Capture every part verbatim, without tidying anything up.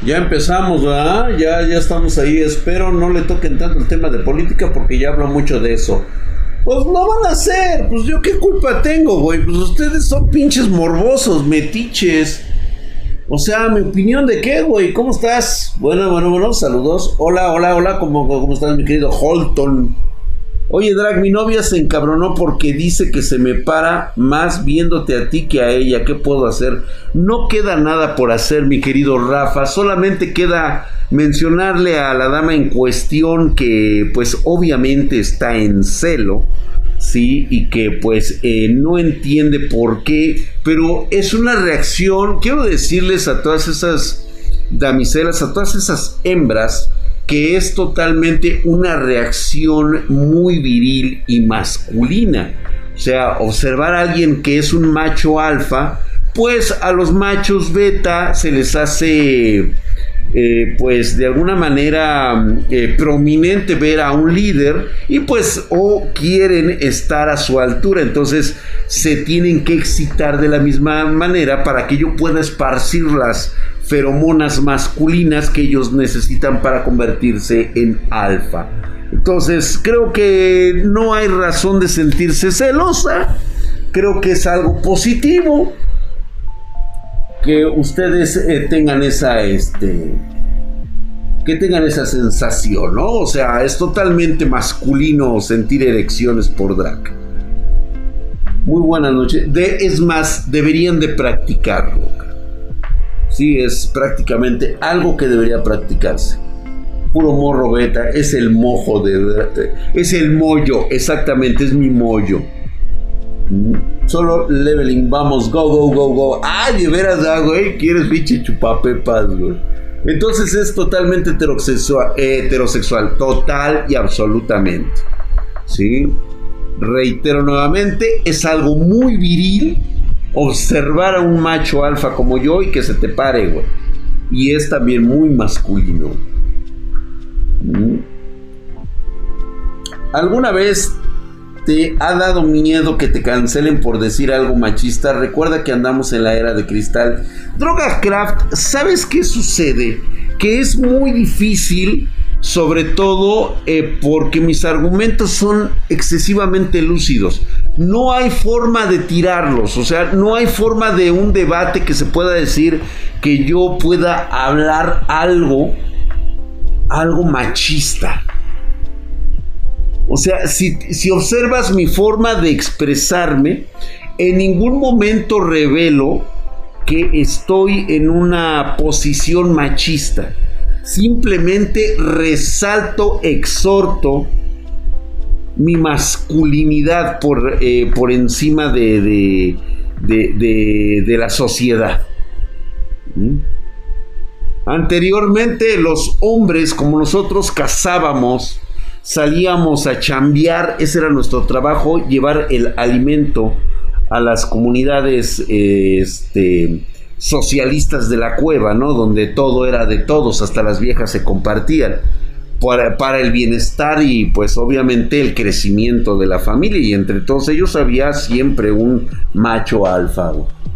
Ya empezamos, ¿verdad? Ya, ya estamos ahí. Espero no le toquen tanto el tema de política porque ya hablo mucho de eso. Pues lo van a hacer. Pues yo qué culpa tengo, güey. Pues ustedes son pinches morbosos, metiches. O sea, mi opinión de qué, güey. ¿Cómo estás? Bueno, bueno, bueno. Saludos. Hola, hola, hola. ¿Cómo, cómo estás, mi querido Holton? Oye, Drag, mi novia se encabronó porque dice que se me para más viéndote a ti que a ella. ¿Qué puedo hacer? No queda nada por hacer, mi querido Rafa. Solamente queda mencionarle a la dama en cuestión que, pues, obviamente está en celo, ¿sí? Y que, pues, eh, no entiende por qué. Pero es una reacción. Quiero decirles a todas esas damiselas, a todas esas hembras, que es totalmente una reacción muy viril y masculina. O sea, observar a alguien que es un macho alfa, pues a los machos beta se les hace, eh, pues de alguna manera eh, prominente ver a un líder y pues o quieren estar a su altura. Entonces se tienen que excitar de la misma manera para que yo pueda esparcir las feromonas masculinas que ellos necesitan para convertirse en alfa. Entonces creo que no hay razón de sentirse celosa. Creo que es algo positivo que ustedes eh, tengan esa este que tengan esa sensación, ¿no? O sea, es totalmente masculino sentir erecciones por drag. Muy buenas noches. De, es más, deberían de practicarlo. Sí, es prácticamente algo que debería practicarse. Puro morro beta, es el mojo de... Es el mollo, exactamente, es mi mollo. Solo leveling, vamos, go, go, go, go. Ay, de veras, ah, güey, quieres pinche chupapepas, güey. Entonces es totalmente heterosexual, heterosexual, total y absolutamente. Sí, reitero nuevamente, es algo muy viril observar a un macho alfa como yo y que se te pare, güey. Y es también muy masculino. ¿Mm? ¿Alguna vez te ha dado miedo que te cancelen por decir algo machista? Recuerda que andamos en la era de cristal. Drogacraft, ¿sabes qué sucede? Que es muy difícil, sobre todo eh, porque mis argumentos son excesivamente lúcidos. No hay forma de tirarlos, o sea, no hay forma de un debate que se pueda decir que yo pueda hablar algo, algo machista. O sea, si, si observas mi forma de expresarme, en ningún momento revelo que estoy en una posición machista. Simplemente resalto, exhorto mi masculinidad por, eh, por encima de, de, de, de, de la sociedad. ¿Mm? Anteriormente los hombres como nosotros cazábamos, salíamos a chambear, ese era nuestro trabajo, llevar el alimento a las comunidades eh, este, socialistas de la cueva, ¿no? Donde todo era de todos, hasta las viejas se compartían. Para, para el bienestar y pues obviamente el crecimiento de la familia, y entre todos ellos había siempre un macho alfa.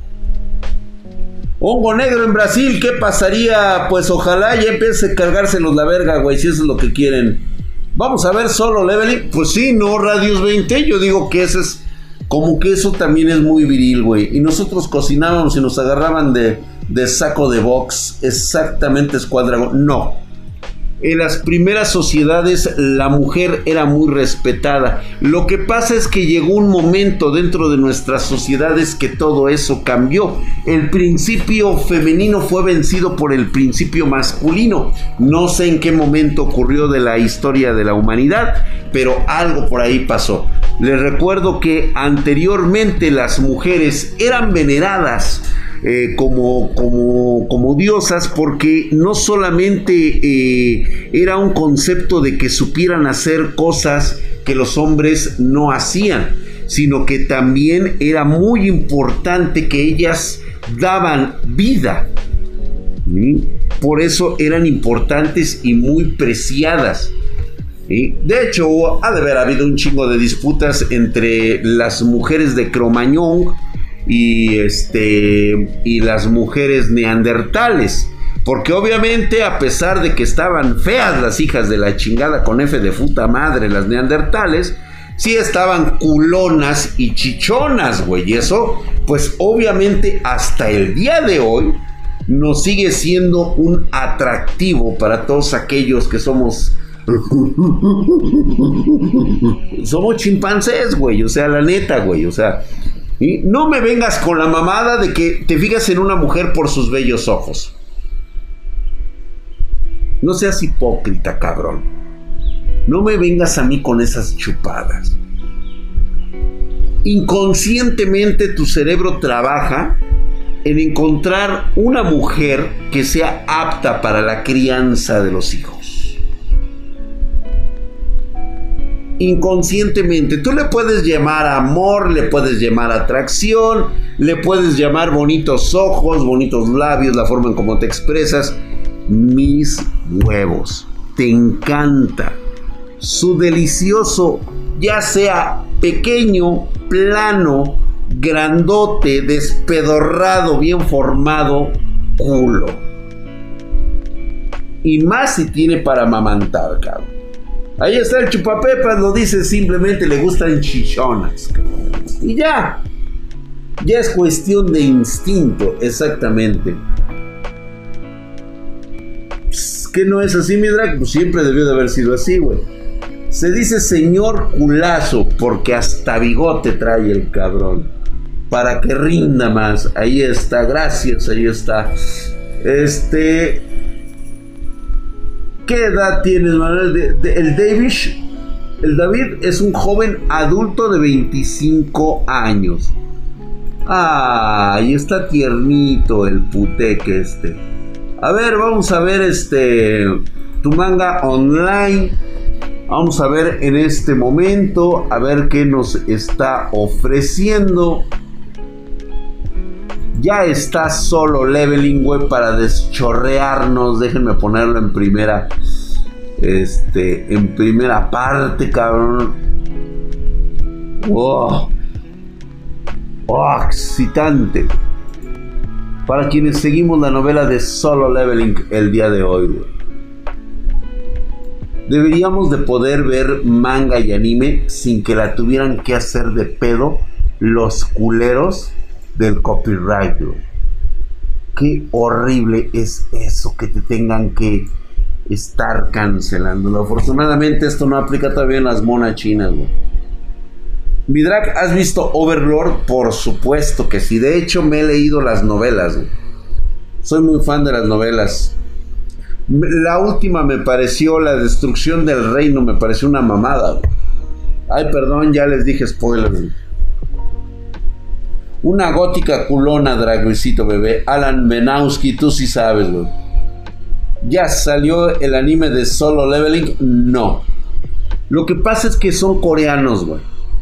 Hongo negro en Brasil, ¿qué pasaría? Pues ojalá ya empiece a cargárselos la verga, güey, si eso es lo que quieren. Vamos a ver solo leveling. Pues sí, no, Radius veinte, yo digo que ese es como que eso también es muy viril, güey. Y nosotros cocinábamos y nos agarraban de, de saco de box, exactamente escuadra. No. En las primeras sociedades la mujer era muy respetada. Lo que pasa es que llegó un momento dentro de nuestras sociedades que todo eso cambió. El principio femenino fue vencido por el principio masculino. No sé en qué momento ocurrió de la historia de la humanidad, pero algo por ahí pasó. Les recuerdo que anteriormente las mujeres eran veneradas Eh, como, como, como diosas, porque no solamente eh, era un concepto de que supieran hacer cosas que los hombres no hacían, sino que también era muy importante que ellas daban vida. ¿Sí? Por eso eran importantes y muy preciadas. ¿Sí? De hecho, ha de haber habido un chingo de disputas entre las mujeres de Cro-Magnon y este y las mujeres neandertales, Porque obviamente, a pesar de que estaban feas las hijas de la chingada con F de puta madre, las neandertales, sí estaban culonas y chichonas, güey. Y eso, pues obviamente hasta el día de hoy, nos sigue siendo un atractivo para todos aquellos que somos... somos chimpancés, güey. O sea, la neta, güey. O sea, y no me vengas con la mamada de que te fijas en una mujer por sus bellos ojos. No seas hipócrita, cabrón. No me vengas a mí con esas chupadas. Inconscientemente tu cerebro trabaja en encontrar una mujer que sea apta para la crianza de los hijos. Inconscientemente. Tú le puedes llamar amor, le puedes llamar atracción, le puedes llamar bonitos ojos, bonitos labios, la forma en cómo te expresas. Mis huevos, te encanta su delicioso, ya sea pequeño, plano, grandote, despedorrado, bien formado culo. Y más si tiene para amamantar, cabrón. Ahí está el chupapepas, lo dice, simplemente le gustan chichonas, cabrón. Y ya, ya es cuestión de instinto, exactamente. ¿Qué no es así, mi drag? Pues siempre debió de haber sido así, güey. Se dice señor culazo porque hasta bigote trae el cabrón. Para que rinda más. Ahí está, gracias, ahí está. Este... ¿Qué edad tienes, Manuel? De, de, el David, el David es un joven adulto de veinticinco años. Ah, ahí está tiernito el puteque este. A ver, vamos a ver este tu manga online. Vamos a ver en este momento, a ver qué nos está ofreciendo. Ya está Solo Leveling, güey, para deschorrearnos. Déjenme ponerlo en primera, este, en primera parte, cabrón. Wow, oh, excitante. Para quienes seguimos la novela de Solo Leveling el día de hoy, güey. Deberíamos de poder ver manga y anime sin que la tuvieran que hacer de pedo los culeros del copyright, güey. Qué horrible es eso, que te tengan que estar cancelándolo. Afortunadamente esto no aplica todavía en las monas chinas, güey. Vidrak, ¿has visto Overlord? Por supuesto que sí. De hecho, me he leído las novelas, güey. Soy muy fan de las novelas. La última me pareció, La destrucción del reino, me pareció una mamada, güey. Ay, perdón, ya les dije spoilers, güey. Una gótica culona, Dragvisito, bebé. Alan Menowski, tú sí sabes, güey. ¿Ya salió el anime de Solo Leveling? No. Lo que pasa es que son coreanos, güey.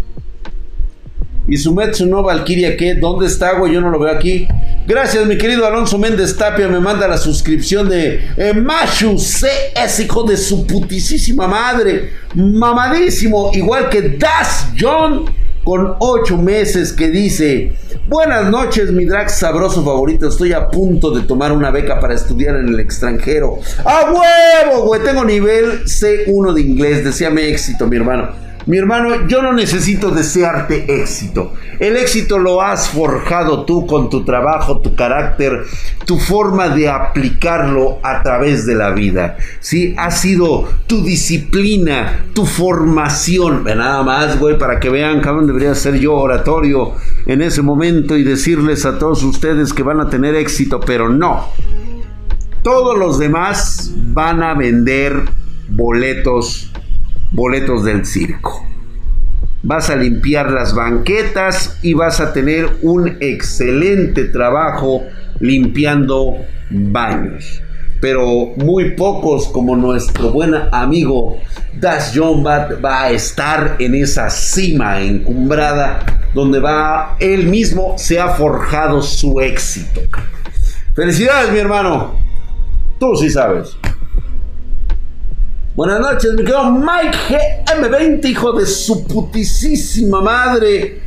Y Sumetsu no Valkyria, ¿qué? ¿Dónde está, güey? Yo no lo veo aquí. Gracias, mi querido Alonso Méndez Tapia. Me manda la suscripción de eh, Machu C. Ese hijo de su putisísima madre. Mamadísimo. Igual que Das John, con ocho meses, que dice: buenas noches, mi drag sabroso favorito. Estoy a punto de tomar una beca para estudiar en el extranjero. ¡A huevo, güey! Tengo nivel C uno de inglés. Deséame éxito, mi hermano. Mi hermano, yo no necesito desearte éxito. El éxito lo has forjado tú con tu trabajo, tu carácter, tu forma de aplicarlo a través de la vida. Sí, ha sido tu disciplina, tu formación. Ve nada más, güey, para que vean, cabrón, debería ser yo oratorio en ese momento y decirles a todos ustedes que van a tener éxito, pero no. Todos los demás van a vender boletos boletos del circo. Vas a limpiar las banquetas y vas a tener un excelente trabajo limpiando baños. Pero muy pocos, como nuestro buen amigo Das John Bat, va a estar en esa cima encumbrada donde va él mismo se ha forjado su éxito. Felicidades, mi hermano. Tú sí sabes. Buenas noches, mi querido Mike G M veinte, hijo de su putisísima madre.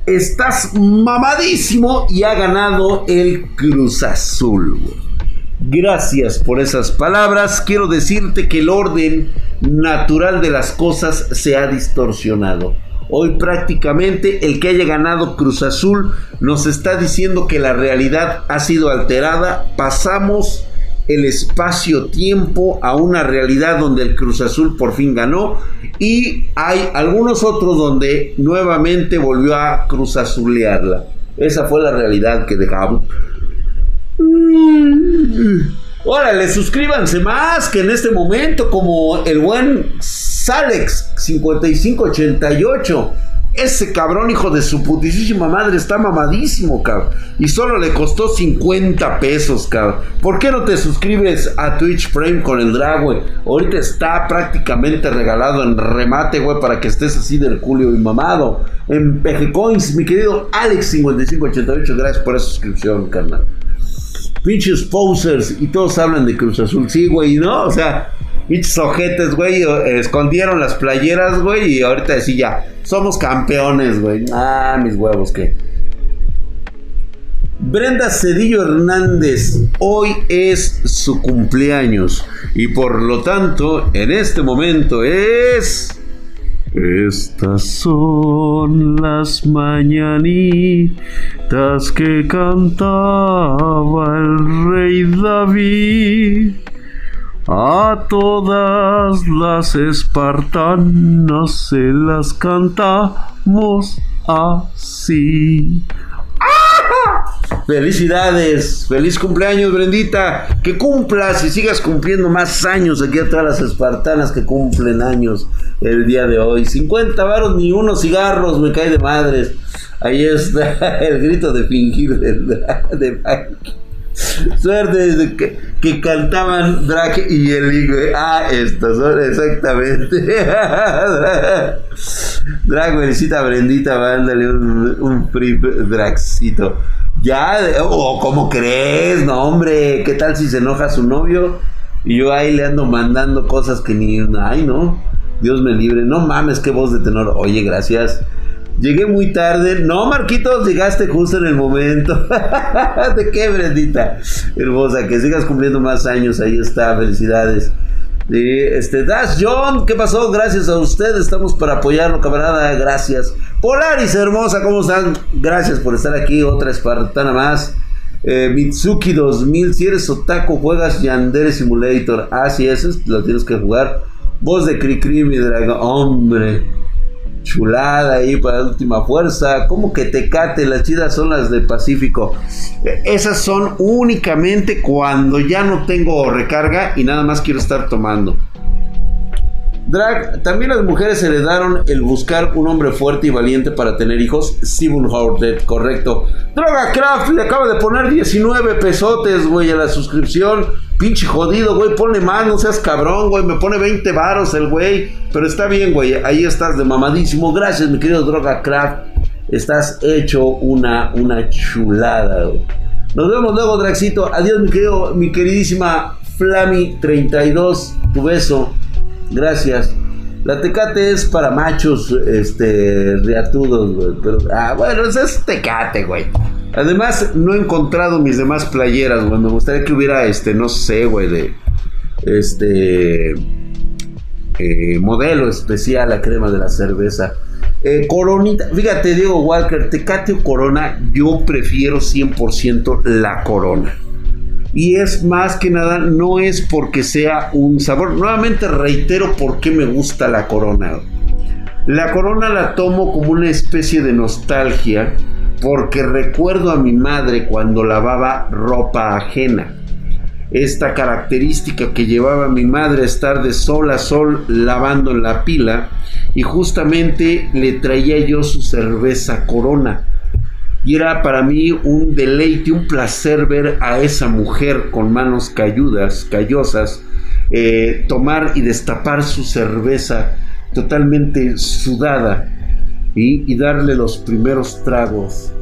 Estás mamadísimo y ha ganado el Cruz Azul, güey. Gracias por esas palabras. Quiero decirte que el orden natural de las cosas se ha distorsionado. Hoy prácticamente el que haya ganado Cruz Azul nos está diciendo que la realidad ha sido alterada. Pasamos el espacio-tiempo a una realidad donde el Cruz Azul por fin ganó, y hay algunos otros donde nuevamente volvió a Cruz Azulearla. Esa fue la realidad que dejamos. Órale, suscríbanse más, que en este momento, como el buen Salex cincuenta y cinco ochenta y ocho. Ese cabrón, hijo de su putísima madre, está mamadísimo, cabrón. Y solo le costó cincuenta pesos, cabrón. ¿Por qué no te suscribes a Twitch Prime con el drag, güey? Ahorita está prácticamente regalado en remate, güey, para que estés así del culio y mamado. En P G Coins, mi querido Alex cincuenta y cinco ochenta y ocho, gracias por esa suscripción, carnal. Pinches posers, y todos hablan de Cruz Azul, sí, güey, ¿no? O sea, pinches ojetes, güey, escondieron las playeras, güey, y ahorita decía ya, somos campeones, güey. Ah, mis huevos, ¿qué? Brenda Cedillo Hernández, hoy es su cumpleaños, y por lo tanto, en este momento es... Estas son las mañanitas que cantaba el rey David. A todas las espartanas se las cantamos así. Felicidades, feliz cumpleaños, Brendita, que cumplas y sigas cumpliendo más años aquí a todas las espartanas que cumplen años el día de hoy. cincuenta varos ni unos cigarros, me cae de madres. Ahí está el grito de fingir de, de Mike. Suerte de que, que cantaban Drag y el higo. Ah, estos son exactamente. Drag, felicita a Brendita, mándale un, un free dragcito. Ya, o oh, ¿cómo crees? No, hombre, ¿qué tal si se enoja su novio? Y yo ahí le ando mandando cosas que ni... Ay, no, Dios me libre. No mames, qué voz de tenor. Oye, gracias. Llegué muy tarde. No, Marquitos, llegaste justo en el momento. ¿De qué, Brendita? Hermosa, que sigas cumpliendo más años. Ahí está, felicidades. Sí, este, Dash John, ¿qué pasó? Gracias a usted, estamos para apoyarlo, camarada, gracias. Polaris, hermosa, ¿cómo están? Gracias por estar aquí, otra espartana más. eh, Mitsuki dos mil, si eres otaku, juegas Yandere Simulator. Ah, sí, eso es, lo tienes que jugar. Voz de Cricri, mi dragón, hombre. Chulada ahí para la última fuerza. ¿Cómo que Tecate? Las chidas son las de Pacífico. Esas son únicamente cuando ya no tengo recarga y nada más quiero estar tomando. Drag, también las mujeres heredaron el buscar un hombre fuerte y valiente para tener hijos. Steven Hordet, correcto. Droga Craft le acaba de poner diecinueve pesotes, güey, a la suscripción. Pinche jodido, güey, ponle más, no seas cabrón, güey. Me pone veinte varos el güey. Pero está bien, güey, ahí estás de mamadísimo. Gracias, mi querido Droga Craft. Estás hecho una, una chulada, güey. Nos vemos luego, Draxito. Adiós, mi querido, mi queridísima Flami treinta y dos. Tu beso. Gracias. La Tecate es para machos, este, riatudos, güey. Pero, ah, bueno, eso es Tecate, güey. Además, no he encontrado mis demás playeras, güey. Me gustaría que hubiera, este, no sé, güey, de, este, eh, modelo especial, la crema de la cerveza. Eh, Coronita, fíjate, Diego Walker, Tecate o Corona, yo prefiero cien por ciento la Corona. Y es más que nada, no es porque sea un sabor. Nuevamente reitero por qué me gusta la Corona. La Corona la tomo como una especie de nostalgia, porque recuerdo a mi madre cuando lavaba ropa ajena. Esta característica que llevaba mi madre, estar de sol a sol lavando en la pila, y justamente le traía yo su cerveza Corona. Y era para mí un deleite, un placer ver a esa mujer con manos calludas, callosas, eh, tomar y destapar su cerveza totalmente sudada, ¿sí? Y darle los primeros tragos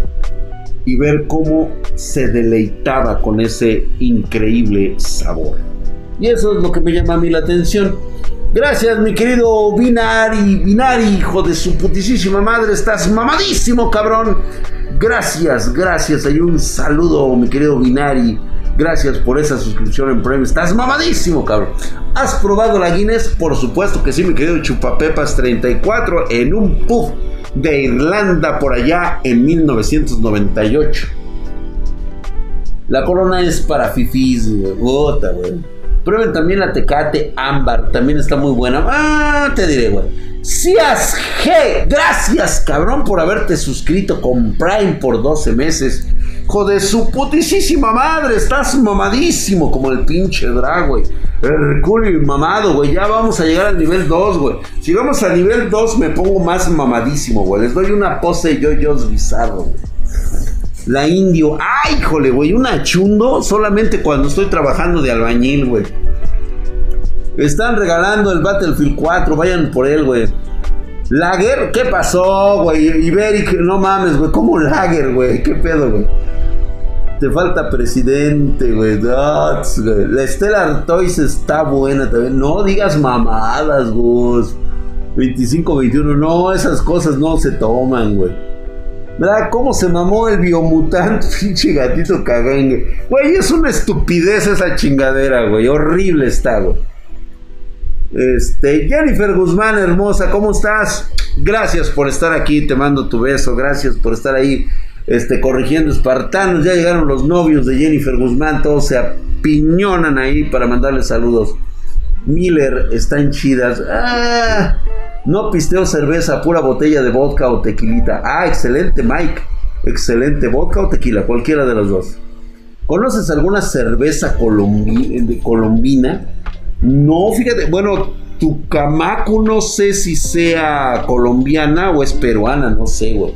y ver cómo se deleitaba con ese increíble sabor. Y eso es lo que me llama a mí la atención. Gracias, mi querido Binari, Binari, hijo de su putísima madre, estás mamadísimo, cabrón. Gracias, gracias, hay un saludo, mi querido Binari. Gracias por esa suscripción en Prime. Estás mamadísimo, cabrón. ¿Has probado la Guinness? Por supuesto que sí, mi querido Chupapepas treinta y cuatro, en un pub de Irlanda por allá en mil novecientos noventa y ocho. La Corona es para fifís, gota, güey. Prueben también la Tecate Ámbar, también está muy buena. Ah, te diré, güey. Cias G, gracias, cabrón, por haberte suscrito con Prime por doce meses. Hijo de su putísima madre, estás mamadísimo como el pinche drag, güey. El culo y mamado, güey. Ya vamos a llegar al nivel dos, güey. Si vamos al nivel dos, me pongo más mamadísimo, güey. Les doy una pose de yo-yos bizarro, güey. La indio, ay, híjole, güey, una chundo solamente cuando estoy trabajando de albañil, güey. Están regalando el Battlefield cuatro, vayan por él, güey. Lager, ¿qué pasó, güey? Iberic, no mames, güey, ¿cómo Lager, güey? ¿Qué pedo, güey? Te falta presidente, güey. Dots, güey. La Stellar Toys está buena también. No digas mamadas, güey. veinticinco veintiuno, no, esas cosas no se toman, güey. ¿Verdad? ¿Cómo se mamó el biomutante? Pinche gatito cagengue. Güey, es una estupidez esa chingadera, güey. Horrible está, güey. Este, Jennifer Guzmán, hermosa, ¿cómo estás? Gracias por estar aquí, te mando tu beso. Gracias por estar ahí, este, corrigiendo espartanos. Ya llegaron los novios de Jennifer Guzmán. Todos se apiñonan ahí para mandarle saludos. Miller, están chidas. Ah... No pisteo cerveza, pura botella de vodka o tequilita. Ah, excelente, Mike. Excelente, vodka o tequila, cualquiera de los dos. ¿Conoces alguna cerveza colombi- colombina? No, fíjate, bueno, Tucamacu no sé si sea colombiana o es peruana, no sé, güey.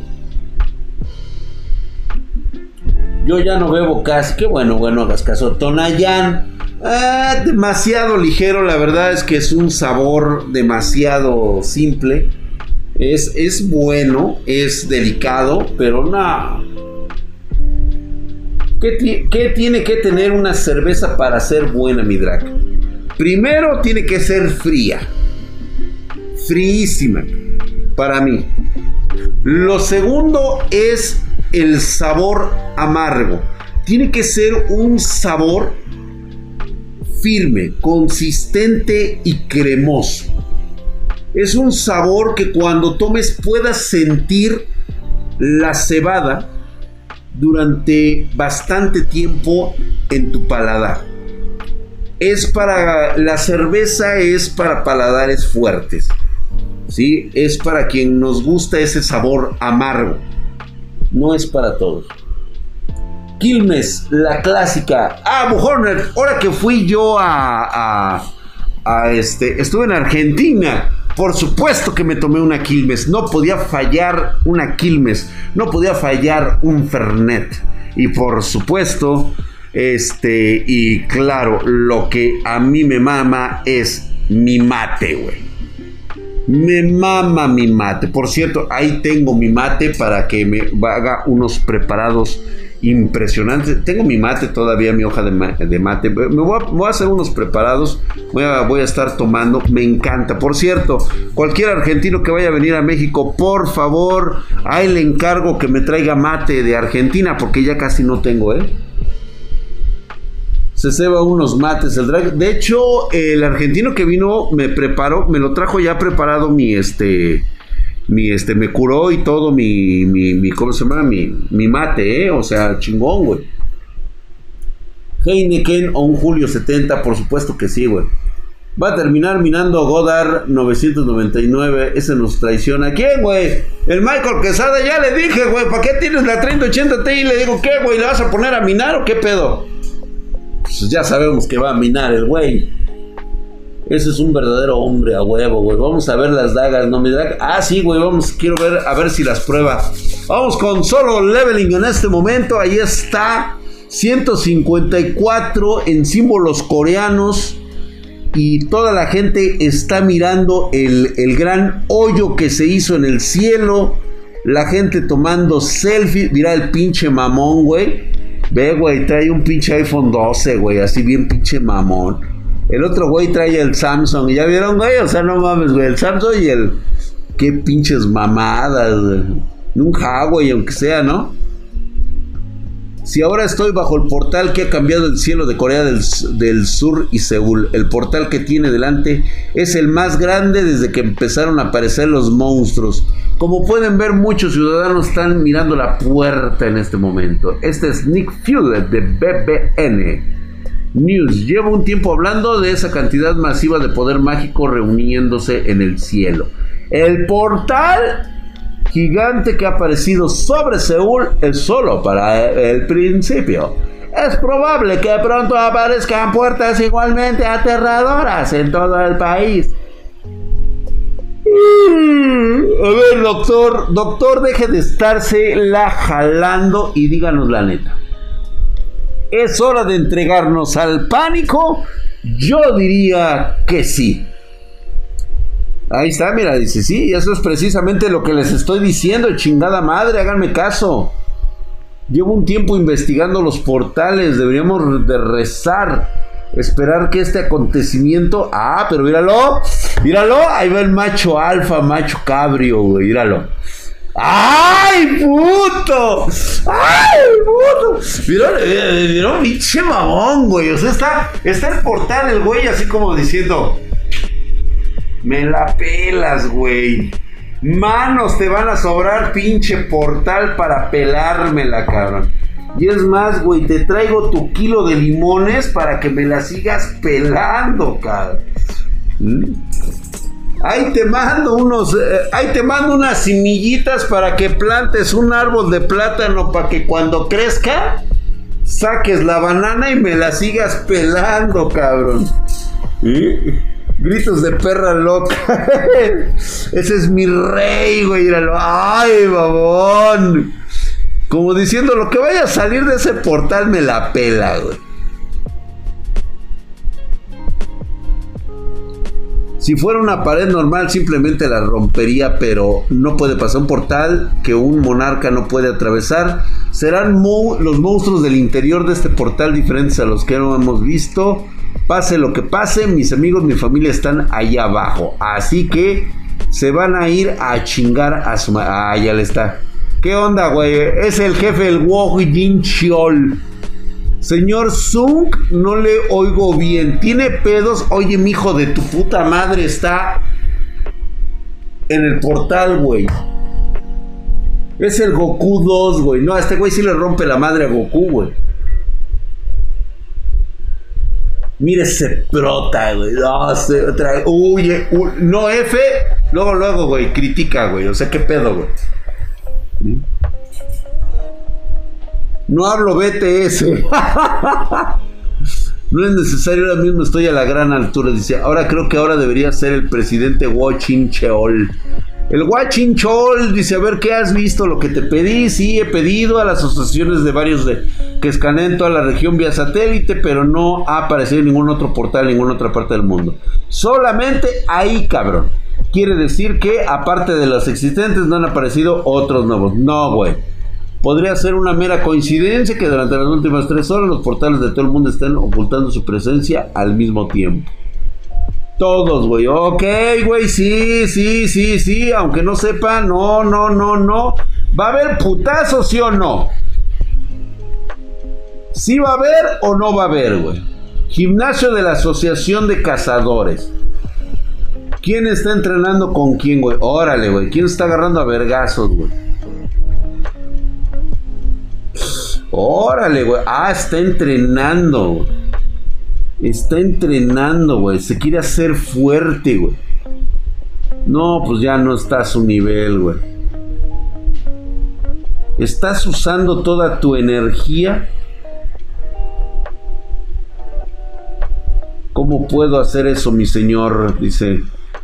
Yo ya no bebo casi, qué bueno, bueno, hagas caso. Tonayán. Ah, demasiado ligero, la verdad es que es un sabor demasiado simple. Es, es bueno, es delicado, pero no. ¿Qué, ¿Qué tiene que tener una cerveza para ser buena, mi drag? Primero tiene que ser fría. Fríísima, para mí. Lo segundo es el sabor amargo. Tiene que ser un sabor firme, consistente y cremoso. Es un sabor que cuando tomes puedas sentir la cebada durante bastante tiempo en tu paladar. Es para la cerveza es para paladares fuertes, ¿sí? Es para quien nos gusta ese sabor amargo. No es para todos. Quilmes, la clásica. Ah, Buhorner, ahora que fui yo a, a, a este, estuve en Argentina. Por supuesto que me tomé una Quilmes. No podía fallar una Quilmes. No podía fallar un Fernet. Y por supuesto, este, y claro, lo que a mí me mama es mi mate, güey. Me mama mi mate. Por cierto, ahí tengo mi mate para que me haga unos preparados impresionante. Tengo mi mate todavía, mi hoja de, ma de mate. Me voy, a, voy a hacer unos preparados. Voy a, voy a estar tomando. Me encanta. Por cierto, cualquier argentino que vaya a venir a México, por favor, ahí le encargo que me traiga mate de Argentina, porque ya casi no tengo, ¿eh? Se ceba unos mates el drag. De hecho, el argentino que vino me preparó, me lo trajo ya preparado mi este... Mi este, me curó y todo mi, mi, mi ¿cómo se llama? Mi, mi mate, ¿eh? O sea, chingón, güey. Heineken o un Julio setenta, por supuesto que sí, güey. Va a terminar minando Godard novecientos noventa y nueve. Ese nos traiciona. ¿Quién, güey? El Michael Quesada, ya le dije, güey. ¿Para qué tienes la treinta ochenta Ti? Y le digo, ¿qué, güey? ¿Le vas a poner a minar o qué pedo? Pues ya sabemos que va a minar el güey. Ese es un verdadero hombre a huevo, güey. Vamos a ver las dagas, ¿no, mi drag? Ah, sí, güey, vamos, quiero ver, a ver si las prueba. Vamos con Solo Leveling en este momento. Ahí está, ciento cincuenta y cuatro en símbolos coreanos. Y toda la gente está mirando el, el gran hoyo que se hizo en el cielo. La gente tomando selfies. Mira el pinche mamón, güey. Ve, güey, trae un pinche iPhone doce, güey, así bien pinche mamón. El otro güey trae el Samsung. ¿Ya vieron, güey? O sea, no mames, güey. El Samsung y el... Qué pinches mamadas, güey. Un Huawei, aunque sea, ¿no? Si ahora estoy bajo el portal que ha cambiado el cielo de Corea del, del Sur y Seúl, el portal que tiene delante es el más grande desde que empezaron a aparecer los monstruos. Como pueden ver, muchos ciudadanos están mirando la puerta en este momento. Este es Nick Fury de B B N News. Llevo un tiempo hablando de esa cantidad masiva de poder mágico reuniéndose en el cielo. El portal gigante que ha aparecido sobre Seúl es solo para el principio. Es probable que pronto aparezcan puertas igualmente aterradoras en todo el país. A ver, doctor, doctor, deje de estarse la jalando y díganos la neta. ¿Es hora de entregarnos al pánico? Yo diría que sí. Ahí está, mira, dice, sí, eso es precisamente lo que les estoy diciendo, chingada madre, háganme caso. Llevo un tiempo investigando los portales, deberíamos de rezar, esperar que este acontecimiento... Ah, pero míralo, míralo, ahí va el macho alfa, macho cabrio, güey, míralo. ¡Ay, puto! ¡Ay, puto! ¿Vieron? ¿Vieron? Pinche mamón, güey, o sea, está, está el portal, el güey, así como diciendo... Me la pelas, güey. Manos te van a sobrar, pinche portal, para pelármela, cabrón. Y es más, güey, te traigo tu kilo de limones para que me la sigas pelando, cabrón. ¿Mm? Ahí te mando unos, eh, ahí te mando unas semillitas para que plantes un árbol de plátano para que cuando crezca saques la banana y me la sigas pelando, cabrón. ¿Mm? Gritos de perra loca. Ese es mi rey, güey. Míralo. Ay, babón. Como diciendo, lo que vaya a salir de ese portal me la pela, güey. Si fuera una pared normal, simplemente la rompería, pero no puede pasar un portal que un monarca no puede atravesar. Serán mo- los monstruos del interior de este portal diferentes a los que no hemos visto. Pase lo que pase, mis amigos, mi familia están allá abajo. Así que se van a ir a chingar a su... Ma- ah, ya le está. ¿Qué onda, güey? Es el jefe, el Wojin Chiol. Señor Sung, no le oigo bien. ¿Tiene pedos? Oye, mi hijo de tu puta madre está en el portal, güey. Es el Goku dos, güey. No, a este güey sí le rompe la madre a Goku, güey. Mire ese prota, güey. No, se trae. Uy, uy, no, F. Luego, luego, güey. Critica, güey. O sea, qué pedo, güey. No hablo B T S. No es necesario, ahora mismo estoy a la gran altura. Dice, ahora creo que ahora debería ser el presidente Wojin Cheol. El Wojin Cheol dice, a ver, ¿qué has visto? Lo que te pedí, sí, he pedido a las asociaciones de varios de, que escaneen toda la región vía satélite, pero no ha aparecido en ningún otro portal, en ninguna otra parte del mundo. Solamente ahí, cabrón. Quiere decir que, aparte de los existentes, no han aparecido otros nuevos. No, güey. Podría ser una mera coincidencia que durante las últimas tres horas los portales de todo el mundo estén ocultando su presencia al mismo tiempo. Todos, güey. Ok, güey, sí, sí, sí, sí. Aunque no sepa, no, no, no, no. ¿Va a haber putazos, sí o no? ¿Sí va a haber o no va a haber, güey? Gimnasio de la Asociación de Cazadores. ¿Quién está entrenando con quién, güey? Órale, güey. ¿Quién está agarrando a vergazos, güey? Órale, güey. Ah, está entrenando, güey. Está entrenando, güey. Se quiere hacer fuerte, güey. No, pues ya no está a su nivel, güey. Estás usando toda tu energía. ¿Cómo puedo hacer eso, mi señor? Dice.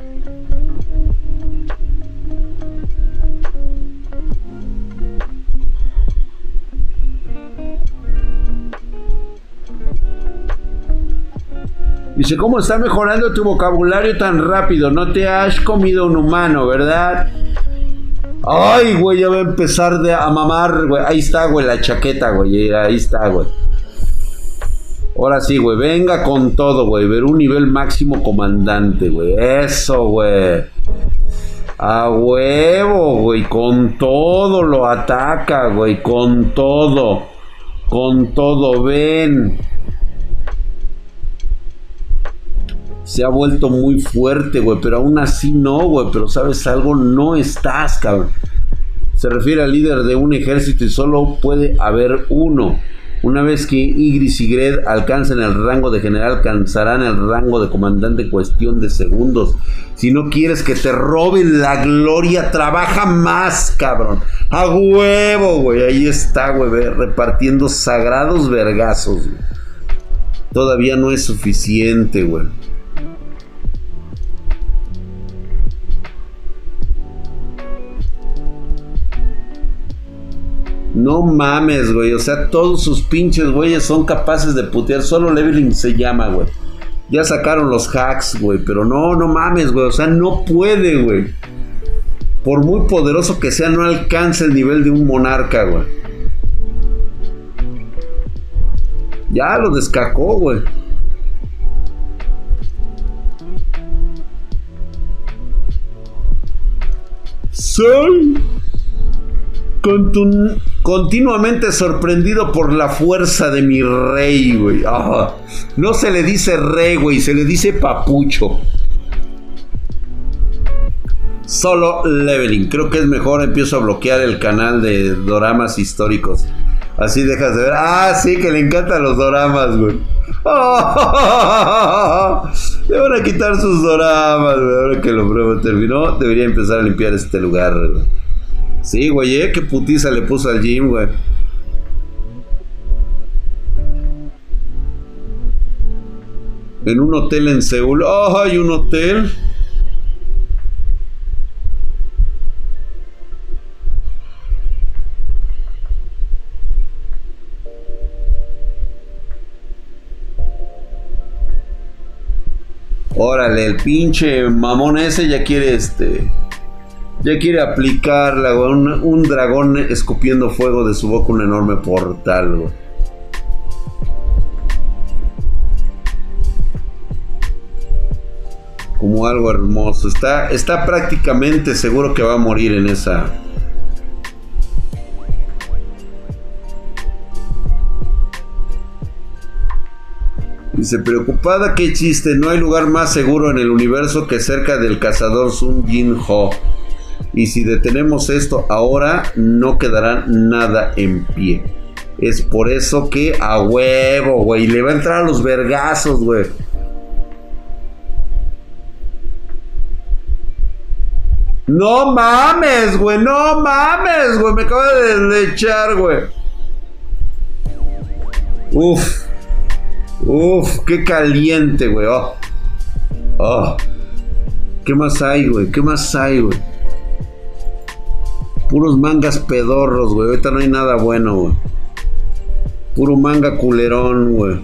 Dice, ¿cómo está mejorando tu vocabulario tan rápido? No te has comido un humano, ¿verdad? Ay, güey, ya va a empezar de, a mamar, güey. Ahí está, güey, la chaqueta, güey. Ahí está, güey. Ahora sí, güey, venga con todo, güey. Ver un nivel máximo comandante, güey. Eso, güey. A huevo, güey. Con todo lo ataca, güey. Con todo. Con todo, ven. Se ha vuelto muy fuerte, güey, pero aún así no, güey. Pero ¿sabes algo? No estás, cabrón. Se refiere al líder de un ejército y solo puede haber uno. Una vez que Ygritte y Gred alcancen el rango de general, alcanzarán el rango de comandante en cuestión de segundos. Si no quieres que te roben la gloria, trabaja más, cabrón. A huevo, güey. Ahí está, güey, repartiendo sagrados vergazos, güey. Todavía no es suficiente, güey. No mames, güey. O sea, todos sus pinches güeyes son capaces de putear. Solo leveling se llama, güey. Ya sacaron los hacks, güey. Pero no, no mames, güey. O sea, no puede, güey. Por muy poderoso que sea, no alcanza el nivel de un monarca, güey. Ya lo descacó, güey. Soy Continu- continuamente sorprendido por la fuerza de mi rey, güey. Oh, no se le dice rey, güey, se le dice papucho. Solo leveling. Creo que es mejor empiezo a bloquear el canal de doramas históricos. Así dejas de ver. Ah, sí, que le encantan los doramas, güey. Oh, le van a quitar sus doramas, güey. Ahora que lo pruebo terminó, debería empezar a limpiar este lugar, güey. Sí, güey, eh, qué putiza le puso al gym, güey. En un hotel en Seúl. ¡Oh, hay un hotel! Órale, el pinche mamón ese ya quiere este... Ya quiere aplicarla, güey. Un, un dragón escupiendo fuego de su boca, un enorme portal, güey. Como algo hermoso. Está, está prácticamente seguro que va a morir en esa. Dice, preocupada, qué chiste. No hay lugar más seguro en el universo que cerca del cazador Sun Jin Ho. Y si detenemos esto ahora, no quedará nada en pie. Es por eso que a huevo, güey. Le va a entrar a los vergazos, güey. No mames, güey. No mames, güey. Me acaba de, de echar, güey. Uf. Uf, qué caliente, güey. Oh. Oh. ¿Qué más hay, güey? ¿Qué más hay, güey? Puros mangas pedorros, güey. Ahorita no hay nada bueno, güey. Puro manga culerón, güey.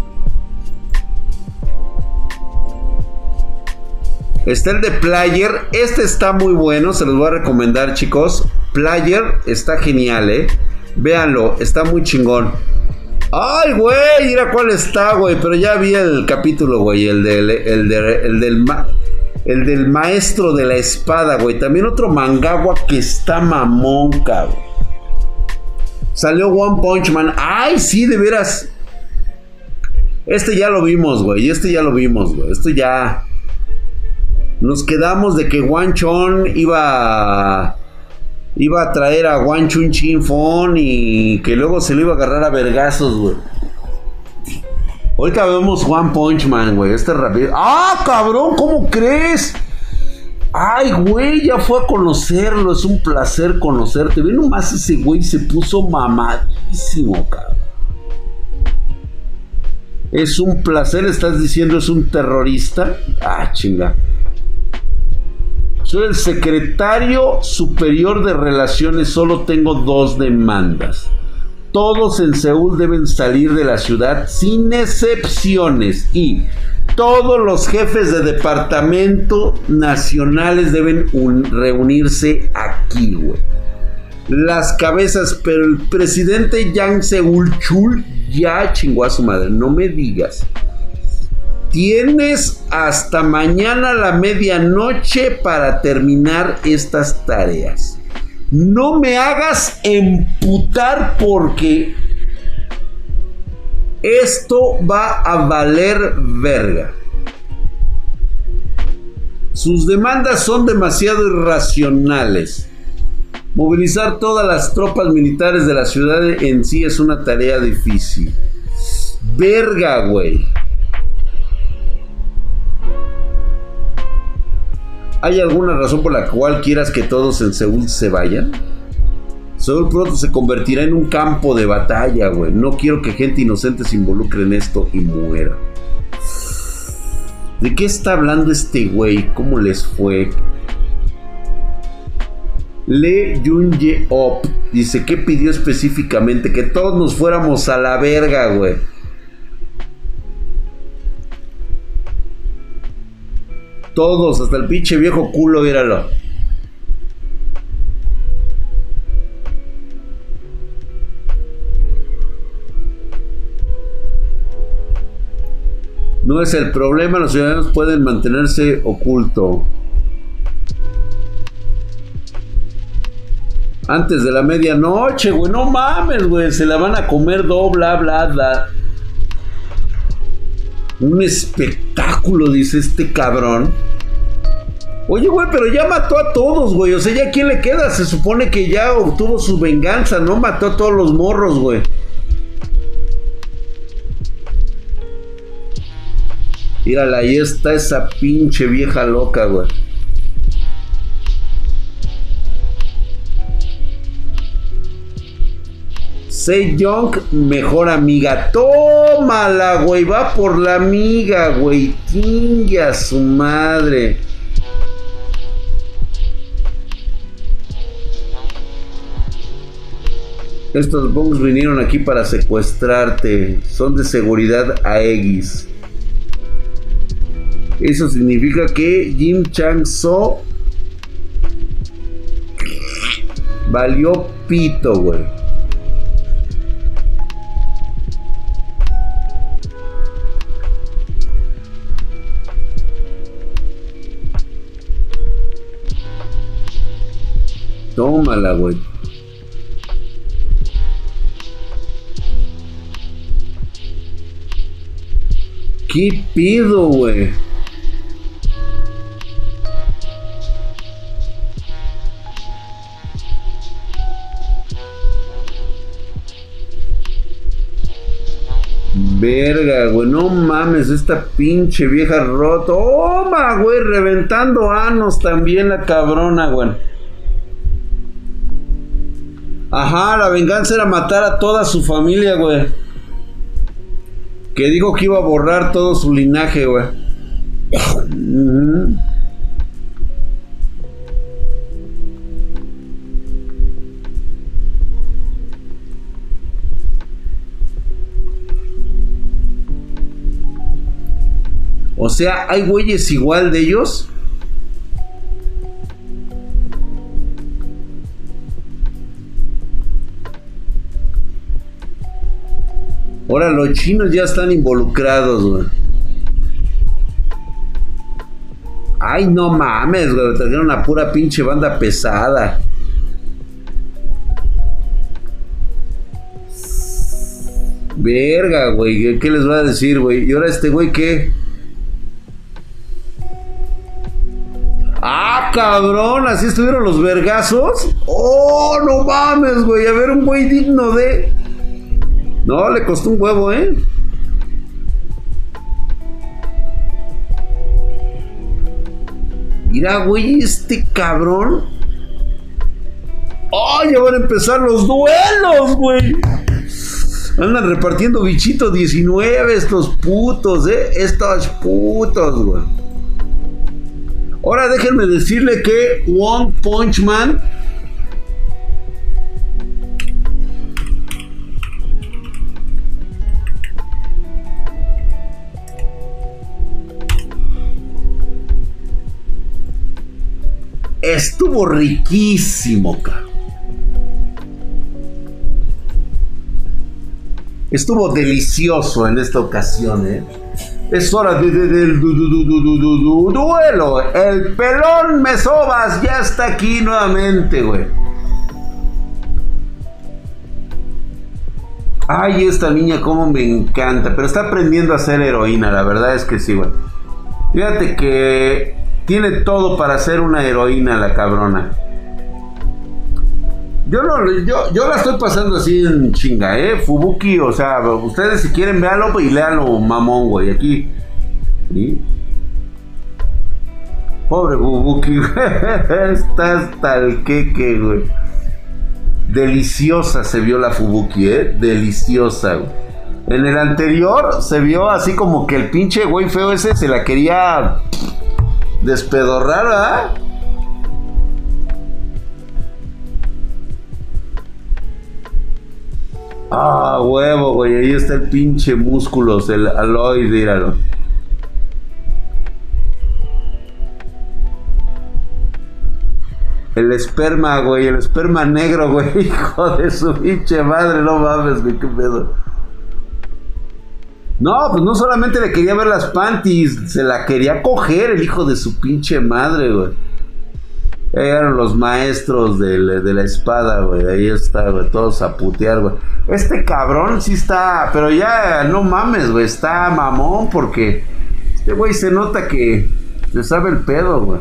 Está el de Player. Este está muy bueno. Se los voy a recomendar, chicos. Player está genial, eh. Véanlo. Está muy chingón. Ay, güey. Mira cuál está, güey. Pero ya vi el capítulo, güey. El del... El, de, el del... El del maestro de la espada, güey. También otro mangawa que está mamón, cabrón. Salió One Punch Man. Ay, sí, de veras. Este ya lo vimos, güey. Este ya lo vimos, güey. Esto ya... Nos quedamos de que Wan Chon iba... Iba a traer a Wan Chun Chin Fon y que luego se lo iba a agarrar a vergazos, güey. Ahorita vemos One Punch Man, güey. Este rápido. ¡Ah, cabrón! ¿Cómo crees? Ay, güey, ya fue a conocerlo. Es un placer conocerte. Ve nomás, ese güey se puso mamadísimo, cabrón. Es un placer, estás diciendo, es un terrorista. Ah, chinga. Soy el secretario superior de relaciones. Solo tengo dos demandas. Todos en Seúl deben salir de la ciudad sin excepciones y todos los jefes de departamento nacionales deben un, reunirse aquí, güey. Las cabezas, pero el presidente Yang Seul-chul ya chingó a su madre, no me digas. Tienes hasta mañana a la medianoche para terminar estas tareas. No me hagas emputar porque Esto va a valer verga. Sus demandas son demasiado irracionales. Movilizar todas las tropas militares de la ciudad en sí es una tarea difícil. Verga, güey. ¿Hay alguna razón por la cual quieras que todos en Seúl se vayan? Seúl pronto se convertirá en un campo de batalla, güey. No quiero que gente inocente se involucre en esto y muera. ¿De qué está hablando este güey? ¿Cómo les fue? Lee Jun-yeop dice, ¿qué pidió específicamente? Que todos nos fuéramos a la verga, güey. Todos, hasta el pinche viejo culo, míralo. No es el problema, los ciudadanos pueden mantenerse oculto. Antes de la medianoche, güey, no mames, güey, se la van a comer do, bla, bla, bla. Un espectáculo, dice este cabrón. Oye, güey, pero ya mató a todos, güey, o sea, ¿ya quién le queda? Se supone que ya obtuvo su venganza, ¿no? Mató a todos los morros, güey. Mírala, ahí está esa pinche vieja loca, güey. Sejong, mejor amiga. Tómala, güey. Va por la amiga, güey. Tingue a su madre. Estos bongs vinieron aquí para secuestrarte. Son de seguridad Aegis. Eso significa que Jim Chang-so valió pito, güey. Tómala, güey. ¿Qué pido, güey? Verga, güey, no mames, esta pinche vieja rota. Toma, güey, reventando anos también la cabrona, güey. Ajá, la venganza era matar a toda su familia, güey. Que dijo que iba a borrar todo su linaje, güey. Uh-huh. O sea, ¿hay güeyes igual de ellos? Ahora los chinos ya están involucrados, güey. Ay, no mames, güey. Trajeron una pura pinche banda pesada. Verga, güey. ¿Qué les voy a decir, güey? ¿Y ahora este güey qué? Ah, cabrón, así estuvieron los vergazos. Oh, no mames, güey. A ver, un güey digno de... No, le costó un huevo, ¿eh? Mira, güey, este cabrón. Oh, ya van a empezar los duelos, güey. Andan repartiendo bichito diecinueve estos putos, ¿eh? Estos putos, güey. Ahora déjenme decirle que One Punch Man estuvo riquísimo, cabrón. Estuvo delicioso en esta ocasión, ¿eh? Es hora de, de, del du, du, du, du, du, du, du, duelo. El pelón Mesobas ya está aquí nuevamente, güey. Ay, esta niña cómo me encanta. Pero está aprendiendo a ser heroína, la verdad es que sí, güey. Fíjate que tiene todo para ser una heroína la cabrona. Yo no, yo, yo la estoy pasando así en chinga, eh, Fubuki, o sea, ustedes si quieren véanlo y léanlo, mamón, güey, aquí. ¿Sí? Pobre Fubuki, está hasta el queque, güey. Deliciosa se vio la Fubuki, eh, deliciosa, güey. En el anterior se vio así como que el pinche güey feo ese se la quería despedorrar, ¿verdad? Ah, huevo, güey, ahí está el pinche músculos, el Aloy, míralo. El esperma, güey, el esperma negro, güey, hijo de su pinche madre, no mames, güey, qué pedo. No, pues no solamente le quería ver las panties, se la quería coger el hijo de su pinche madre, güey. Ahí eran los maestros de, de la espada, güey. Ahí está, güey, todos a putear, güey. Este cabrón sí está, pero ya no mames, güey, está mamón porque este güey se nota que se sabe el pedo, güey.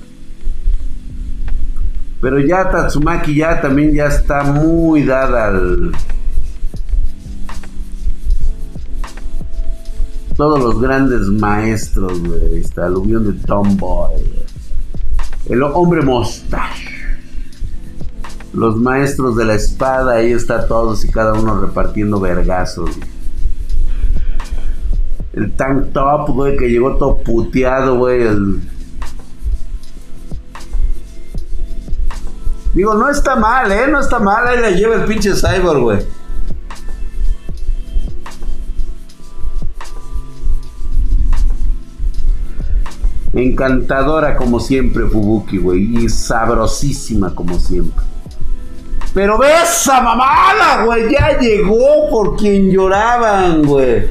Pero ya Tatsumaki ya también ya está muy dada al... Todos los grandes maestros, güey. Está aluvión de Tomboy, güey. El hombre mustache. Los maestros de la espada, ahí está todos y cada uno repartiendo vergazos, güey. El tank top, güey, que llegó todo puteado, güey. El... Digo, no está mal, ¿eh? No está mal. Ahí la lleva el pinche Cyborg, güey. Encantadora como siempre, Fubuki, güey. Y sabrosísima como siempre. Pero ve esa mamada, güey. Ya llegó por quien lloraban, güey.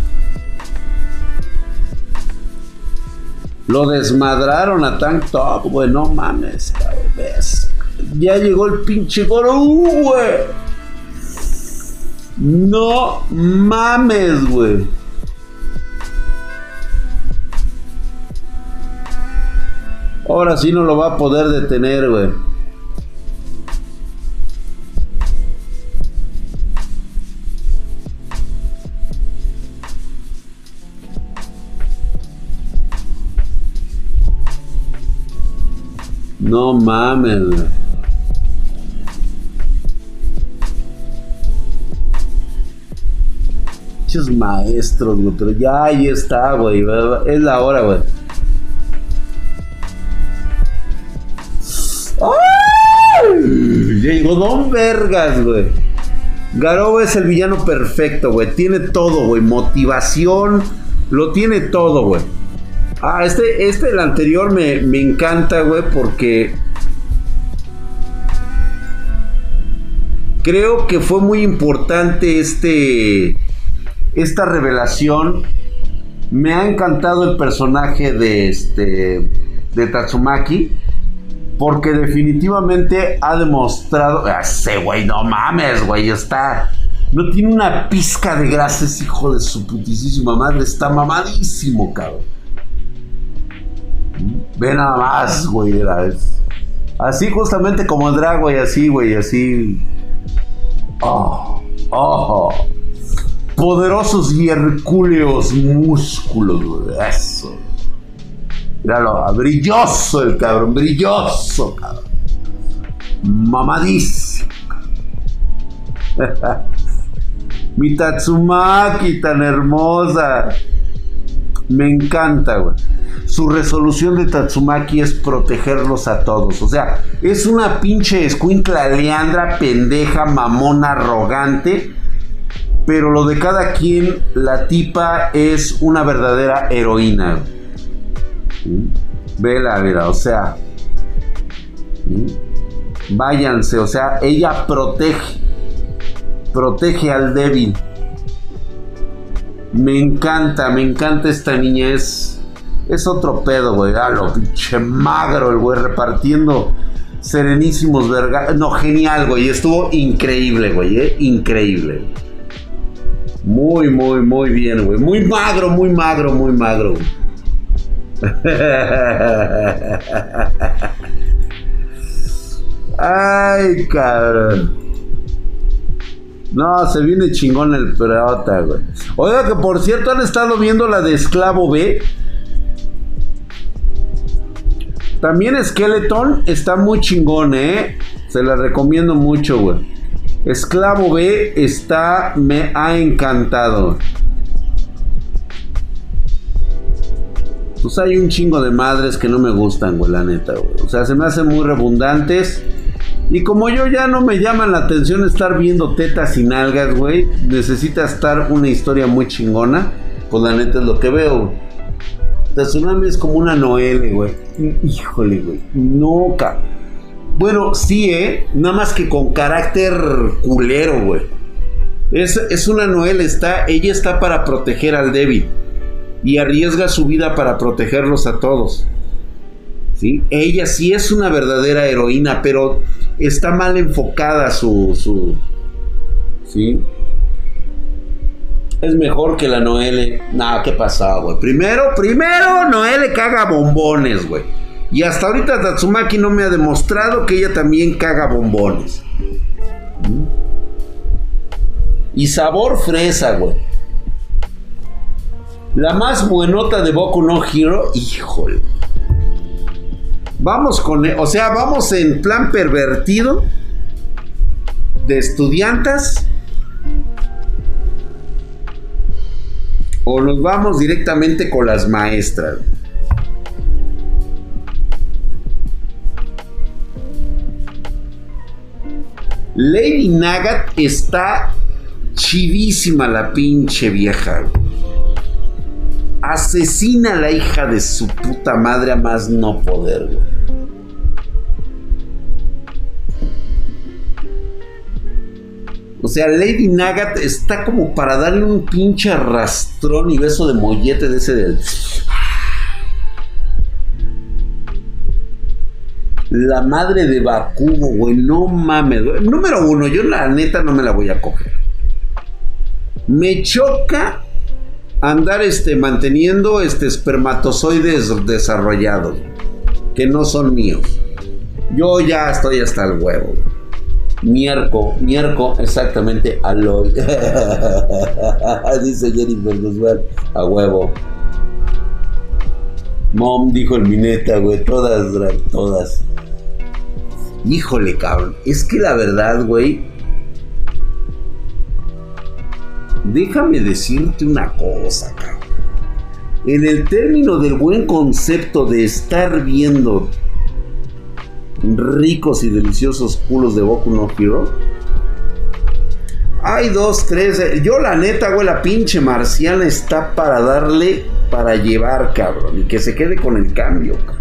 Lo desmadraron a Tank Top, güey. No mames, cabrón. ¿Ves? Ya llegó el pinche Gorou, güey. No mames, güey. Ahora sí no lo va a poder detener, güey. No mames, güey. Muchos maestros, güey, pero ya ahí está, güey. Es la hora, güey. ¡Ay! Ya llegó Don Vergas, güey. Garou es el villano perfecto, güey. Tiene todo, güey. Motivación. Lo tiene todo, güey. Ah, este, este, el anterior me, me encanta, güey, porque creo que fue muy importante este, esta revelación. Me ha encantado el personaje de, este, de Tatsumaki, porque definitivamente ha demostrado... Ese güey, no mames, güey, está... No tiene una pizca de grasa ese hijo de su putísima madre. Está mamadísimo, cabrón. Ve nada más, güey. Así justamente como el drag, güey, así, güey, así... Oh, oh. Poderosos y hercúleos músculos, güey. Eso. Míralo, brilloso el cabrón, brilloso, cabrón. Mamadísimo. Mi Tatsumaki tan hermosa. Me encanta, güey. Su resolución de Tatsumaki es protegerlos a todos. O sea, es una pinche escuincla leandra, pendeja, mamona, arrogante. Pero lo de cada quien, la tipa es una verdadera heroína, güey. Vela, mira, o sea, váyanse, o sea, ella protege, protege al débil. Me encanta, me encanta esta niña, es, es otro pedo, güey. Ah, lo pinche magro, el güey, repartiendo serenísimos verga. No, genial, güey, estuvo increíble, güey, eh, increíble. Muy, muy, muy bien, güey. Muy magro, muy magro, muy magro, güey. Ay, cabrón. No, se viene chingón el Peralta, güey. Oiga, que por cierto, ¿han estado viendo la de Esclavo B? También Skeleton está muy chingón, ¿eh? Se la recomiendo mucho, güey. Esclavo B está... Me ha encantado. Pues hay un chingo de madres que no me gustan, güey, la neta, güey. O sea, se me hacen muy redundantes. Y como yo ya no me llaman la atención estar viendo tetas y nalgas, güey. Necesita estar una historia muy chingona. Pues la neta es lo que veo. Tsunami es como una Noelle, güey. Híjole, güey. No, cabrón. Bueno, sí, eh. Nada más que con carácter culero, güey. Es, es una Noelle. Está, ella está para proteger al débil. Y arriesga su vida para protegerlos a todos. ¿Sí? Ella sí es una verdadera heroína, pero está mal enfocada su... su ¿sí? Es mejor que la Noelle. Nah, ¿qué pasaba, güey? Primero, primero, Noelle caga bombones, güey. Y hasta ahorita Tatsumaki no me ha demostrado que ella también caga bombones. ¿Mm? Y sabor fresa, güey. La más buenota de Boku no Hero, híjole. Vamos con, o sea, vamos en plan pervertido de estudiantas o nos vamos directamente con las maestras. Lady Nagant está chidísima, la pinche vieja. Asesina a la hija de su puta madre a más no poder, güey. O sea, Lady Nagant está como para darle un pinche arrastrón y beso de mollete de ese del... La madre de Bakugo, güey, no mames, güey. Número uno, yo la neta no me la voy a coger. Me choca andar este, manteniendo este, espermatozoides desarrollados que no son míos. Yo ya estoy hasta el huevo. Mierco, mierco, exactamente, Aloy. Dice Jennifer Guzmán, a huevo. Mom, dijo el Mineta, güey, todas, todas. Híjole, cabrón, es que la verdad, güey, déjame decirte una cosa, cabrón. En el término del buen concepto de estar viendo ricos y deliciosos culos de Boku no Hero, hay dos, tres. Yo la neta, güey, la pinche marciana está para darle, para llevar, cabrón, y que se quede con el cambio, cabrón.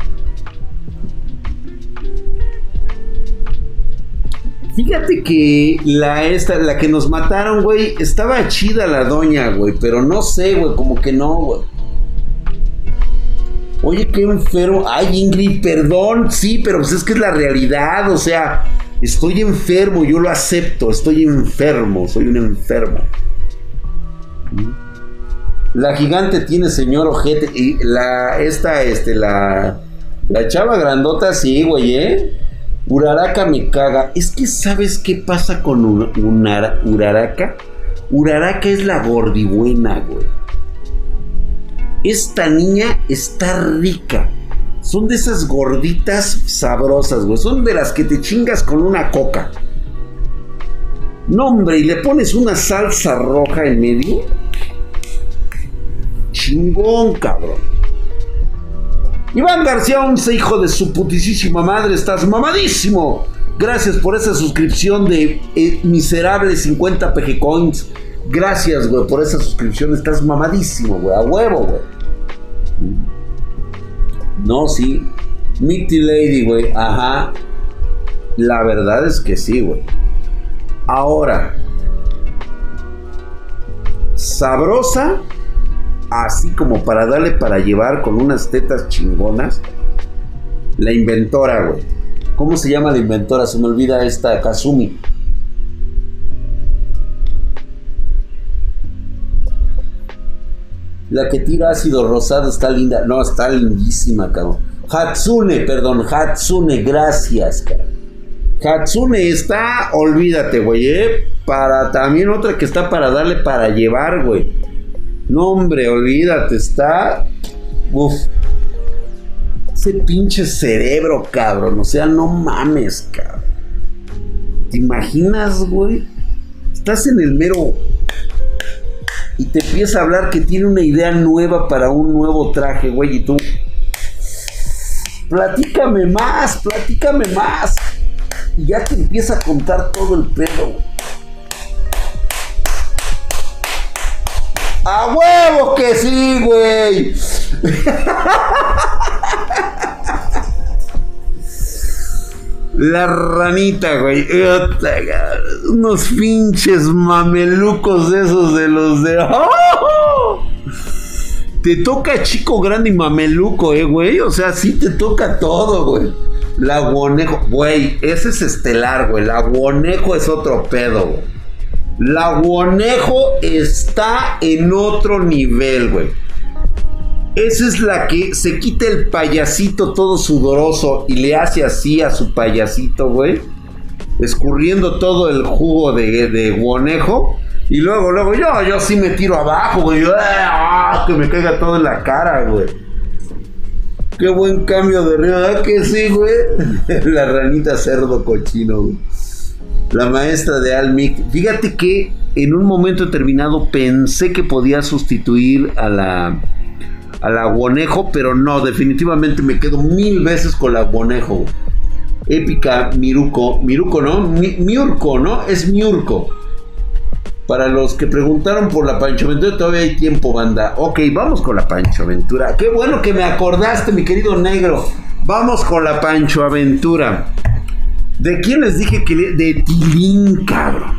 Fíjate que la esta, la que nos mataron, güey, estaba chida la doña, güey, pero no sé, güey, como que no, güey. Oye, qué enfermo. Ay, Ingrid, perdón, sí, pero pues es que es la realidad, o sea, estoy enfermo, yo lo acepto, estoy enfermo, soy un enfermo. La gigante tiene señor ojete, y la, esta, este, la, la chava grandota, sí, güey, eh. Uraraka me caga. Es que ¿sabes qué pasa con un, una, Uraraka? Uraraka es la gordibuena, güey. Esta niña está rica. Son de esas gorditas sabrosas, güey. Son de las que te chingas con una coca. No, hombre, y le pones una salsa roja en medio. Chingón, cabrón. Iván García once, hijo de su putisísima madre, estás mamadísimo. Gracias por esa suscripción de eh, miserables cincuenta P G Coins. Gracias, güey, por esa suscripción. Estás mamadísimo, güey, a huevo, güey. No, sí. Mitty Lady, güey, ajá. La verdad es que sí, güey. Ahora, sabrosa, así como para darle para llevar con unas tetas chingonas. La inventora, güey. ¿Cómo se llama la inventora? Se me olvida esta, Kazumi. La que tira ácido rosado está linda. No, está lindísima, cabrón. Hatsune, perdón, Hatsune, gracias, cabrón. Hatsune está, olvídate, güey, eh. Para también otra que está para darle para llevar, güey. No, hombre, olvídate, está. Uf. Ese pinche cerebro, cabrón. O sea, no mames, cabrón. ¿Te imaginas, güey? Estás en el mero. Y te empieza a hablar que tiene una idea nueva para un nuevo traje, güey. Y tú. Platícame más, platícame más. Y ya te empieza a contar todo el pedo, güey. ¡A huevo que sí, güey! La ranita, güey. Unos pinches mamelucos de esos de los de... ¡Oh! Te toca chico, grande y mameluco, eh, güey. O sea, sí te toca todo, güey. La Guonejo, güey, ese es estelar, güey. La Guonejo es otro pedo, güey. La Guonejo está en otro nivel, güey. Esa es la que se quita el payasito todo sudoroso y le hace así a su payasito, güey. Escurriendo todo el jugo de, de Guonejo. Y luego, luego, yo, yo sí me tiro abajo, güey. Yo, ¡ah! Que me caiga todo en la cara, güey. Qué buen cambio de río, ¿verdad que sí, güey? La ranita cerdo cochino, güey. La maestra de Almic. Fíjate que en un momento determinado pensé que podía sustituir a la a la Guonejo, pero no, definitivamente me quedo mil veces con la Guonejo, güey. Épica Miruko. Miruko, ¿no? Mi, Miurko, ¿no? Es Miurko. Para los que preguntaron por la Pancho Aventura, todavía hay tiempo, banda. Ok, vamos con la Pancho Aventura. Qué bueno que me acordaste, mi querido negro. Vamos con la Pancho Aventura. ¿De quién les dije que le... De Tilín, cabrón.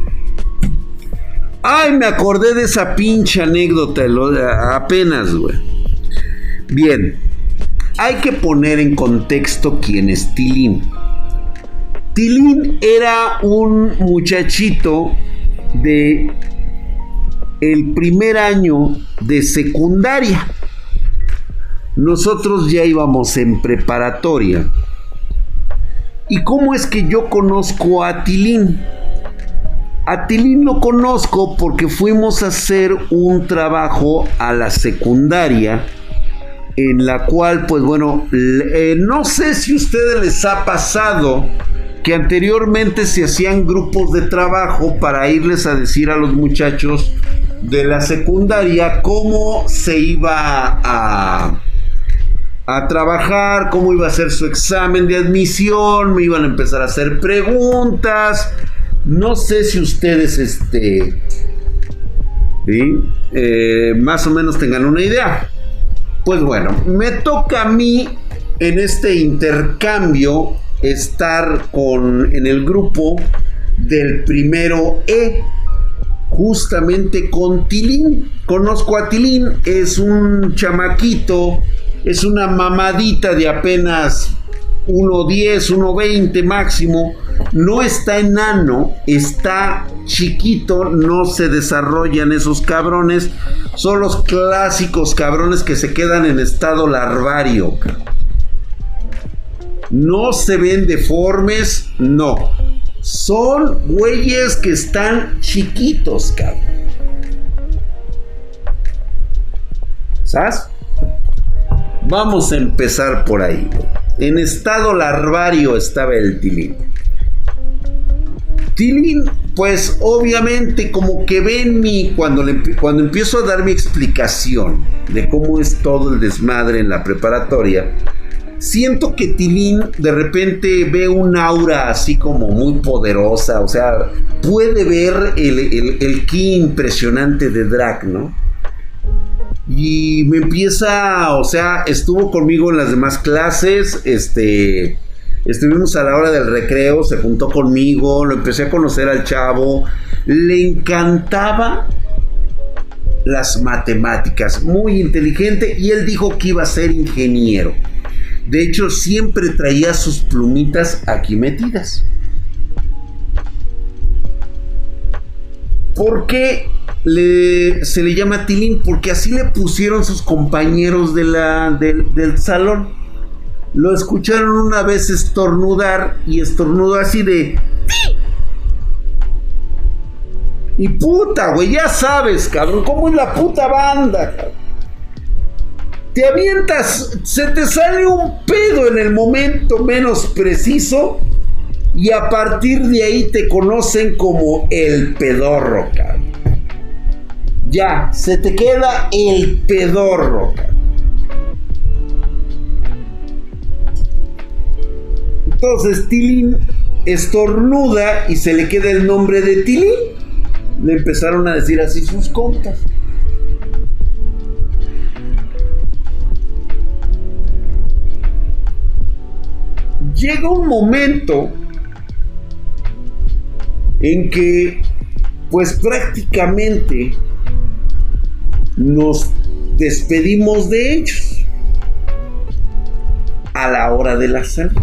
Ay, me acordé de esa pinche anécdota lo, apenas, güey. Bien. Hay que poner en contexto quién es Tilín. Tilín era un muchachito de el primer año de secundaria. Nosotros ya íbamos en preparatoria. ¿Y cómo es que yo conozco a Tilín? A Tilín lo conozco porque fuimos a hacer un trabajo a la secundaria, en la cual, pues bueno, eh, no sé si a ustedes les ha pasado que anteriormente se hacían grupos de trabajo para irles a decir a los muchachos de la secundaria cómo se iba a, a trabajar, cómo iba a ser su examen de admisión, me iban a empezar a hacer preguntas. No sé si ustedes este, ¿sí? eh, más o menos tengan una idea. Pues bueno, me toca a mí en este intercambio estar con, en el grupo del primero E, justamente con Tilín. Conozco a Tilín, es un chamaquito, es una mamadita de apenas uno diez, uno veinte máximo. No está enano, está chiquito, no se desarrollan esos cabrones. Son los clásicos cabrones que se quedan en estado larvario. No se ven deformes, no. Son güeyes que están chiquitos, cabrón. ¿Sabes? Vamos a empezar por ahí. En estado larvario estaba el Tilín. Tilín, pues obviamente como que ve en mí cuando, le, cuando empiezo a dar mi explicación de cómo es todo el desmadre en la preparatoria, siento que Tilín de repente ve un aura así como muy poderosa, o sea, puede ver el, el, el ki impresionante de Drac, ¿no? Y me empieza, o sea, estuvo conmigo en las demás clases, este... Estuvimos a la hora del recreo, se juntó conmigo, lo empecé a conocer al chavo, le encantaba las matemáticas, muy inteligente, y él dijo que iba a ser ingeniero. De hecho, siempre traía sus plumitas aquí metidas. ¿Por qué le, se le llama Tilín porque así le pusieron sus compañeros de la, del, del salón. Lo escucharon una vez estornudar y estornudó así de... Y puta, güey, ya sabes, cabrón, cómo es la puta banda, cabrón. Te avientas, se te sale un pedo en el momento menos preciso y a partir de ahí te conocen como el pedorro, cabrón. Ya, se te queda el pedorro, cabrón. Entonces Tilín estornuda y se le queda el nombre de Tilín. Le empezaron a decir así sus compas. Llega un momento en que pues prácticamente nos despedimos de ellos a la hora de la salida.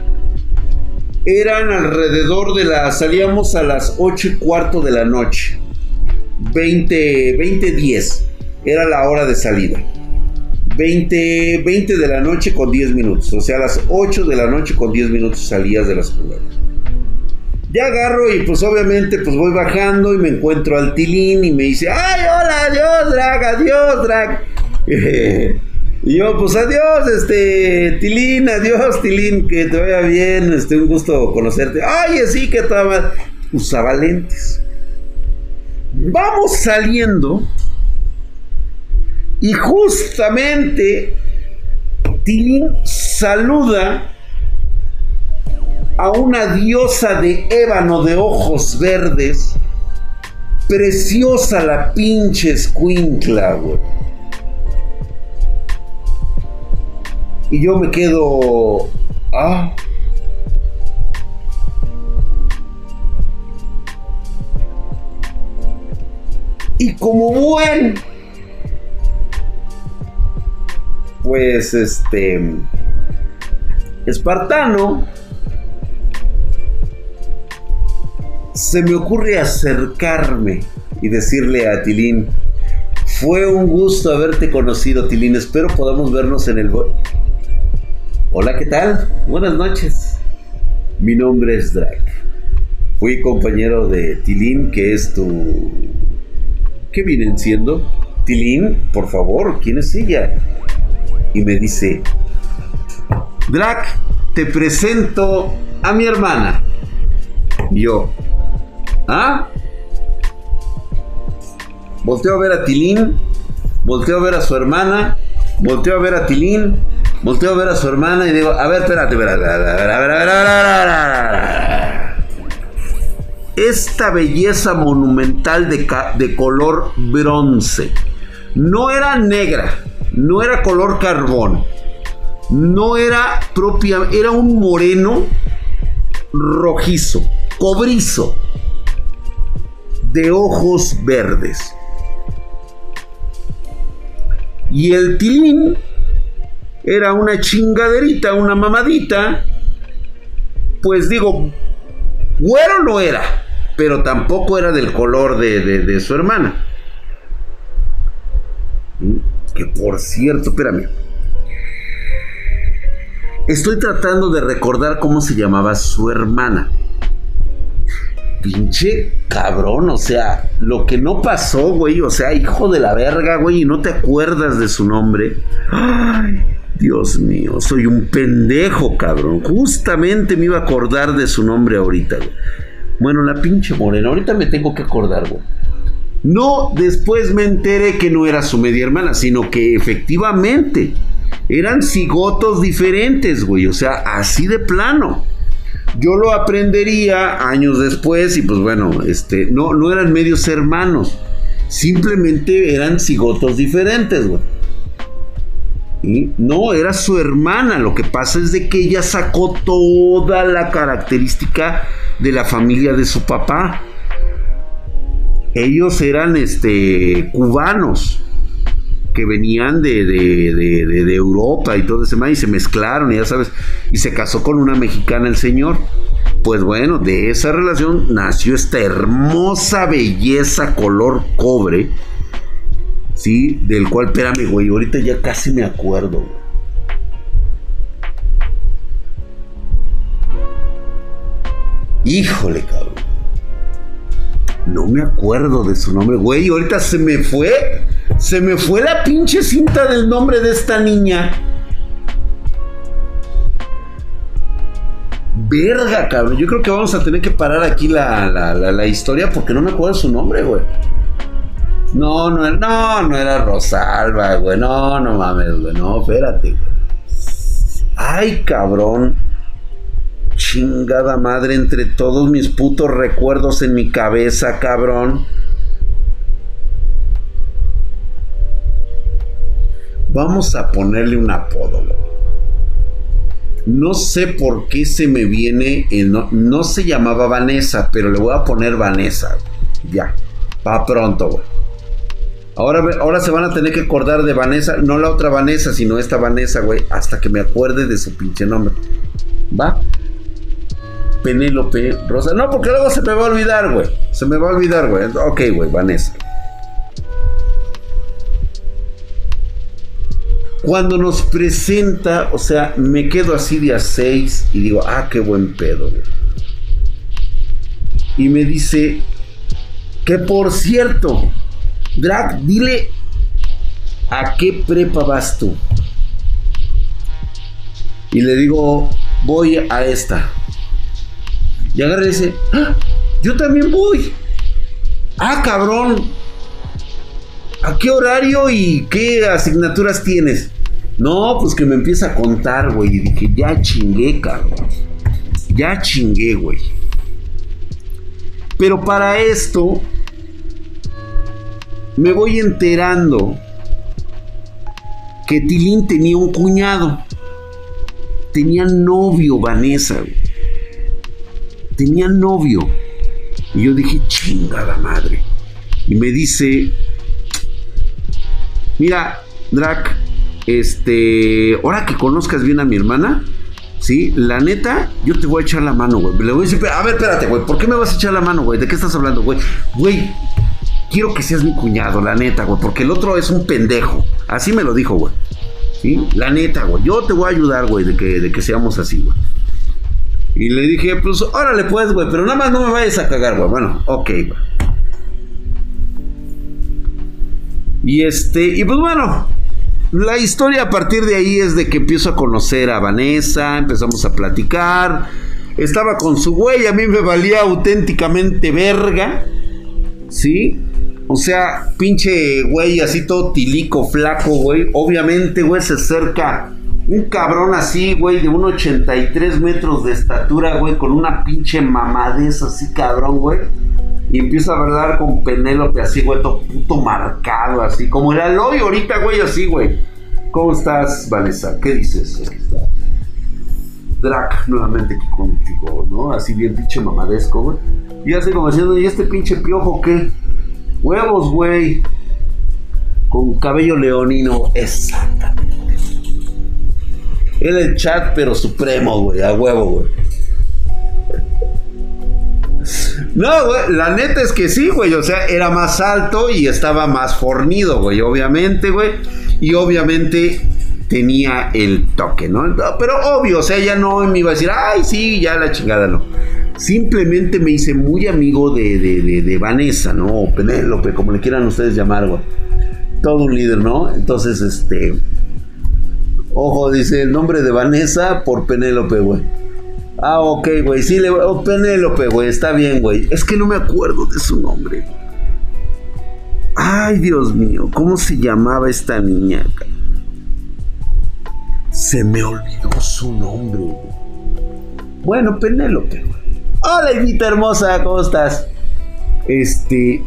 Eran alrededor de la... Salíamos a las ocho y cuarto de la noche. veinte, veinte diez. Era la hora de salida. veinte, veinte de la noche con diez minutos. O sea, a las ocho de la noche con diez minutos salías de la secundaria. Ya agarro y pues obviamente pues voy bajando y me encuentro al Tilín y me dice: ¡ay, hola, adiós, drag, adiós, drag! Y yo, pues adiós, este, Tilín, adiós, Tilín, que te vaya bien, este, un gusto conocerte. Oye, sí, que estaba, usaba lentes. Vamos saliendo y justamente Tilín saluda a una diosa de ébano de ojos verdes, preciosa la pinche escuincla, güey. Y yo me quedo... Ah. Y como buen... Pues este... espartano... Se me ocurre acercarme y decirle a Tilín: fue un gusto haberte conocido, Tilín. Espero podamos vernos en el... Hola, ¿qué tal? Buenas noches. Mi nombre es Drag. Fui compañero de Tilín, que es tu... ¿Qué vienen siendo? Tilín, por favor, ¿quién es ella? Y me dice: Drag, te presento a mi hermana. Y yo... ¿Ah? Volteo a ver a Tilín, volteo a ver a su hermana, volteo a ver a Tilín, volteo a ver a su hermana y digo: a ver, espérate, espérate, a ver, a ver, a ver, a ver, a ver, a ver. Esta belleza monumental de, ca- de color bronce no era negra, no era color carbón, no era propia, era un moreno rojizo, cobrizo, de ojos verdes. Y el Tilín era una chingaderita, una mamadita. Pues digo, güero no era, pero tampoco era del color de, de, de su hermana. Que por cierto, espérame, estoy tratando de recordar cómo se llamaba su hermana. Pinche cabrón, o sea, lo que no pasó, güey, o sea, hijo de la verga, güey, y no te acuerdas de su nombre. Ay, Dios mío, soy un pendejo, cabrón. Justamente me iba a acordar de su nombre ahorita, güey. Bueno, la pinche morena, ahorita me tengo que acordar, güey. No, después me enteré que no era su media hermana, sino que efectivamente eran cigotos diferentes, güey, o sea, así de plano. Yo lo aprendería años después y pues bueno, este, no, no eran medios hermanos, simplemente eran cigotos diferentes, güey. Y no, era su hermana. Lo que pasa es de que ella sacó toda la característica de la familia de su papá. Ellos eran este, cubanos. que venían de, de, de, de, de Europa y todo ese más, y se mezclaron, y ya sabes, y se casó con una mexicana el señor. Pues bueno, de esa relación nació esta hermosa belleza color cobre, ¿sí? Del cual, espérame, güey, ahorita ya casi me acuerdo, güey. Híjole, cabrón. No me acuerdo de su nombre, güey. Ahorita se me fue. Se me fue la pinche cinta del nombre de esta niña. Verga, cabrón. Yo creo que vamos a tener que parar aquí la, la, la, la historia porque no me acuerdo su nombre, güey. No, no, no, no era Rosalba, güey. No, no mames, güey. No, espérate, güey. Ay, cabrón. Chingada madre, entre todos mis putos recuerdos en mi cabeza, cabrón. Vamos a ponerle un apodo, güey. No sé por qué se me viene el no, no se llamaba Vanessa, pero le voy a poner Vanessa. Ya, pa' pronto, güey. Ahora, ahora se van a tener que acordar de Vanessa, no la otra Vanessa, sino esta Vanessa, güey, hasta que me acuerde de su pinche nombre. ¿Va? Penélope Rosa. No, porque luego se me va a olvidar, güey. Se me va a olvidar, güey. Ok, güey, Vanessa. Cuando nos presenta, o sea, me quedo así de a seis y digo, ah, qué buen pedo, güey. Y me dice que, por cierto, Drag, dile a qué prepa vas tú. Y le digo, voy a esta. Y agarra y dice, ¡ah! Yo también voy. Ah, cabrón. ¿A qué horario y qué asignaturas tienes? No, pues que me empieza a contar, güey. Y dije, ya chingué, cabrón. Ya chingué, güey. Pero para esto me voy enterando que Tilín tenía un cuñado. Tenía novio, Vanessa, güey. Tenía novio. Y yo dije, chingada madre. Y me dice, mira, Drac, este, ahora que conozcas bien a mi hermana, sí, la neta, yo te voy a echar la mano, güey. Le voy a decir, a ver, espérate, güey, ¿por qué me vas a echar la mano, güey? ¿De qué estás hablando, güey? Güey, quiero que seas mi cuñado, la neta, güey, porque el otro es un pendejo. Así me lo dijo, güey. Sí, la neta, güey, yo te voy a ayudar, güey, de que, de que seamos así, güey. Y le dije, pues, órale pues, güey, pero nada más no me vayas a cagar, güey. Bueno, ok, güey. Y este, y pues bueno, la historia a partir de ahí es de que empiezo a conocer a Vanessa, empezamos a platicar. Estaba con su güey, a mí me valía auténticamente verga, ¿sí? O sea, pinche güey así todo tilico, flaco, güey. Obviamente, güey, se acerca un cabrón así, güey, de un ochenta y tres metros de estatura, güey, con una pinche mamadez así, cabrón, güey. Y empieza a hablar con Penélope así, güey, todo puto marcado, así, como el Aloy ahorita, güey, así, güey. ¿Cómo estás, Vanessa? ¿Qué dices? Aquí está Drac nuevamente aquí contigo, ¿no? Así bien pinche mamadesco, güey. Y así como diciendo, ¿y este pinche piojo qué? Huevos, güey. Con cabello leonino, exactamente. Era el chat, pero supremo, güey, a huevo, güey. No, güey, la neta es que sí, güey, o sea, era más alto y estaba más fornido, güey, obviamente, güey. Y obviamente tenía el toque, ¿no? Pero obvio, o sea, ya no me iba a decir, ay, sí, ya la chingada, no. Simplemente me hice muy amigo de, de, de, de Vanessa, ¿no? O Penélope, como le quieran ustedes llamar, güey. Todo un líder, ¿no? Entonces, este... Ojo, dice el nombre de Vanessa por Penélope, güey. Ah, ok, güey, sí, le... Oh, Penélope, güey, está bien, güey. Es que no me acuerdo de su nombre. Ay, Dios mío, ¿cómo se llamaba esta niña? Se me olvidó su nombre, güey. Bueno, Penélope, güey. Hola, hijita hermosa, ¿cómo estás? Este...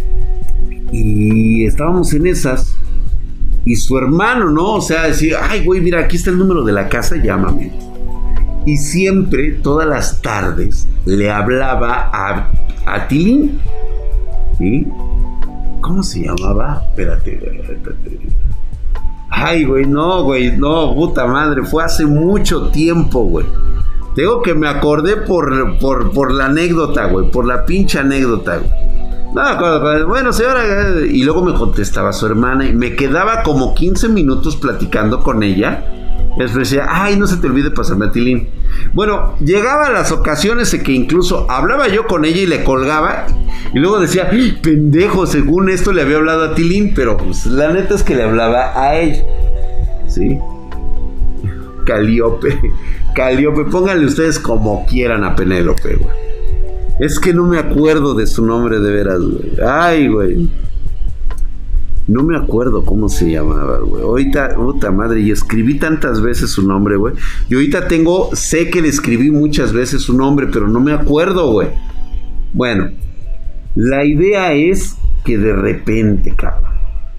Y estábamos en esas. Y su hermano, ¿no? O sea, decir, ay, güey, mira, aquí está el número de la casa, llámame. Y siempre, todas las tardes, le hablaba a, a Tilín, ¿sí? ¿Cómo se llamaba? Espérate, espérate. Ay, güey, no, güey, no, puta madre, fue hace mucho tiempo, güey. Tengo que me acordé por, por, por la anécdota, güey, por la pinche anécdota, güey. No, bueno, señora, y luego me contestaba su hermana y me quedaba como quince minutos platicando con ella. Después decía, ay, no se te olvide pasarme a Tilín. Bueno, llegaba a las ocasiones en que incluso hablaba yo con ella y le colgaba. Y luego decía, pendejo, según esto le había hablado a Tilín. Pero pues, la neta es que le hablaba a ella. ¿Sí? Calíope. Calíope, pónganle ustedes como quieran a Penélope, güey. Es que no me acuerdo de su nombre de veras, güey. Ay, güey. No me acuerdo cómo se llamaba, güey. Ahorita, puta madre, y escribí tantas veces su nombre, güey. Y ahorita tengo, sé que le escribí muchas veces su nombre, pero no me acuerdo, güey. Bueno, la idea es que de repente, cabrón,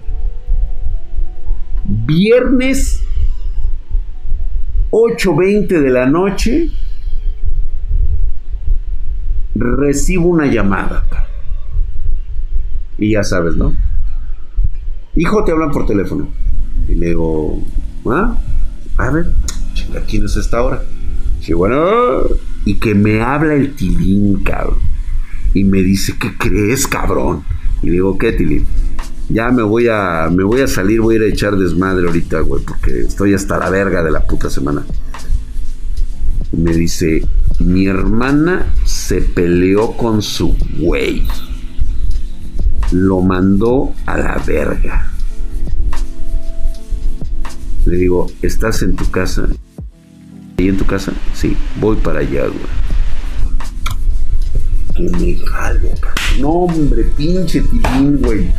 viernes ocho veinte de la noche, recibo una llamada, cabrón. Y ya sabes, ¿no? Hijo, te hablan por teléfono. Y le digo, ¿ah? A ver, chinga, ¿quién es esta hora? Y bueno, y que me habla el Tilín, cabrón. Y me dice, ¿qué crees, cabrón? Y le digo, ¿qué, Tilín? Ya me voy a, me voy a salir, voy a ir a echar desmadre ahorita, güey, porque estoy hasta la verga de la puta semana. Y me dice, mi hermana se peleó con su güey. Lo mandó a la verga. Le digo, ¿estás en tu casa? ¿Y en tu casa? Sí, voy para allá, güey. Que me jalo, cabrón. No, hombre, pinche Tilín, güey.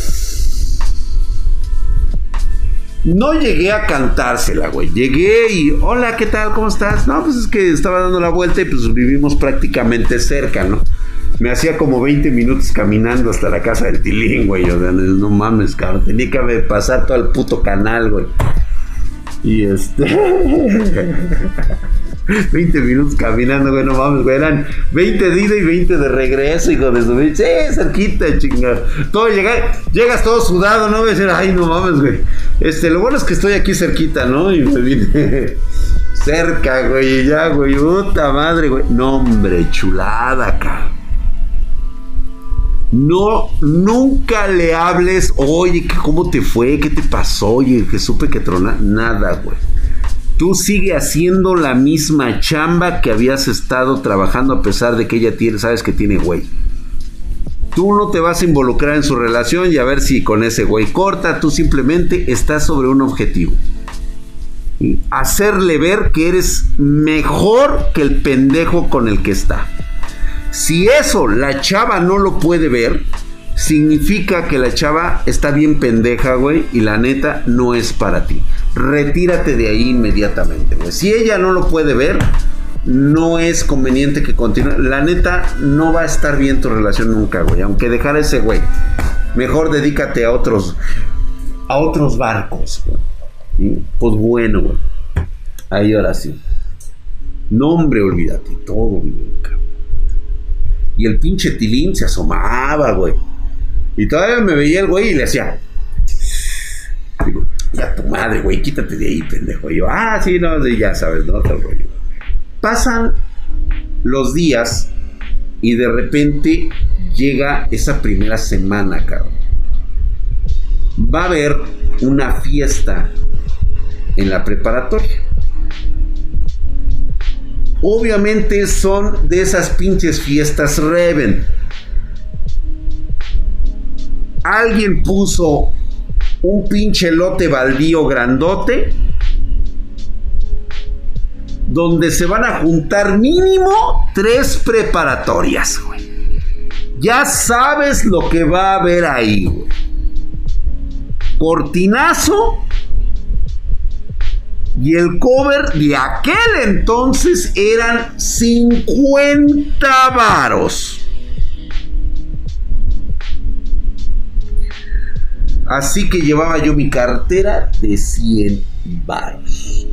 No llegué a cantársela, güey. Llegué y, hola, ¿qué tal? ¿Cómo estás? No, pues es que estaba dando la vuelta y pues vivimos prácticamente cerca, ¿no? Me hacía como veinte minutos caminando hasta la casa del Tilín, güey. O sea, no mames, cabrón. Tenía que pasar todo el puto canal, güey. Y este... veinte minutos caminando, güey, no mames, güey. Eran veinte de ida y veinte de regreso, hijo de su... Sí, cerquita, chingada. Todo llega, llegas todo sudado, ¿no? Voy a decir, ay, no mames, güey. Este, lo bueno es que estoy aquí cerquita, ¿no? Y me vine cerca, güey. Y ya, güey. Puta madre, güey. No, hombre, chulada, cabrón. No, nunca le hables, oye, ¿cómo te fue? ¿Qué te pasó? Oye, que supe que trona. Nada, güey. Tú sigue haciendo la misma chamba que habías estado trabajando a pesar de que ella tiene, sabes que tiene güey. Tú no te vas a involucrar en su relación y a ver si con ese güey corta. Tú simplemente estás sobre un objetivo. Y hacerle ver que eres mejor que el pendejo con el que está. Si eso la chava no lo puede ver, significa que la chava está bien pendeja, güey, y la neta no es para ti. Retírate de ahí inmediatamente, güey. Si ella no lo puede ver, no es conveniente que continúe. La neta no va a estar bien tu relación nunca, güey. Aunque dejar a ese güey, mejor dedícate a otros, a otros barcos, güey. ¿Sí? Pues bueno, güey. Ahí ahora sí. No, hombre, olvídate, todo bien, cabrón. Y el pinche Tilín se asomaba, güey. Y todavía me veía el güey y le hacía... Digo, ya tu madre, güey, quítate de ahí, pendejo. Y yo, ah, sí, no, ya sabes, no, tal rollo. Pasan los días y de repente llega esa primera semana, cabrón. Va a haber una fiesta en la preparatoria. Obviamente son de esas pinches fiestas Reven. Alguien puso un pinche lote baldío grandote donde se van a juntar mínimo tres preparatorias, güey. Ya sabes lo que va a haber ahí, güey. Cortinazo. Y el cover de aquel entonces eran cincuenta varos. Así que llevaba yo mi cartera de cien varos.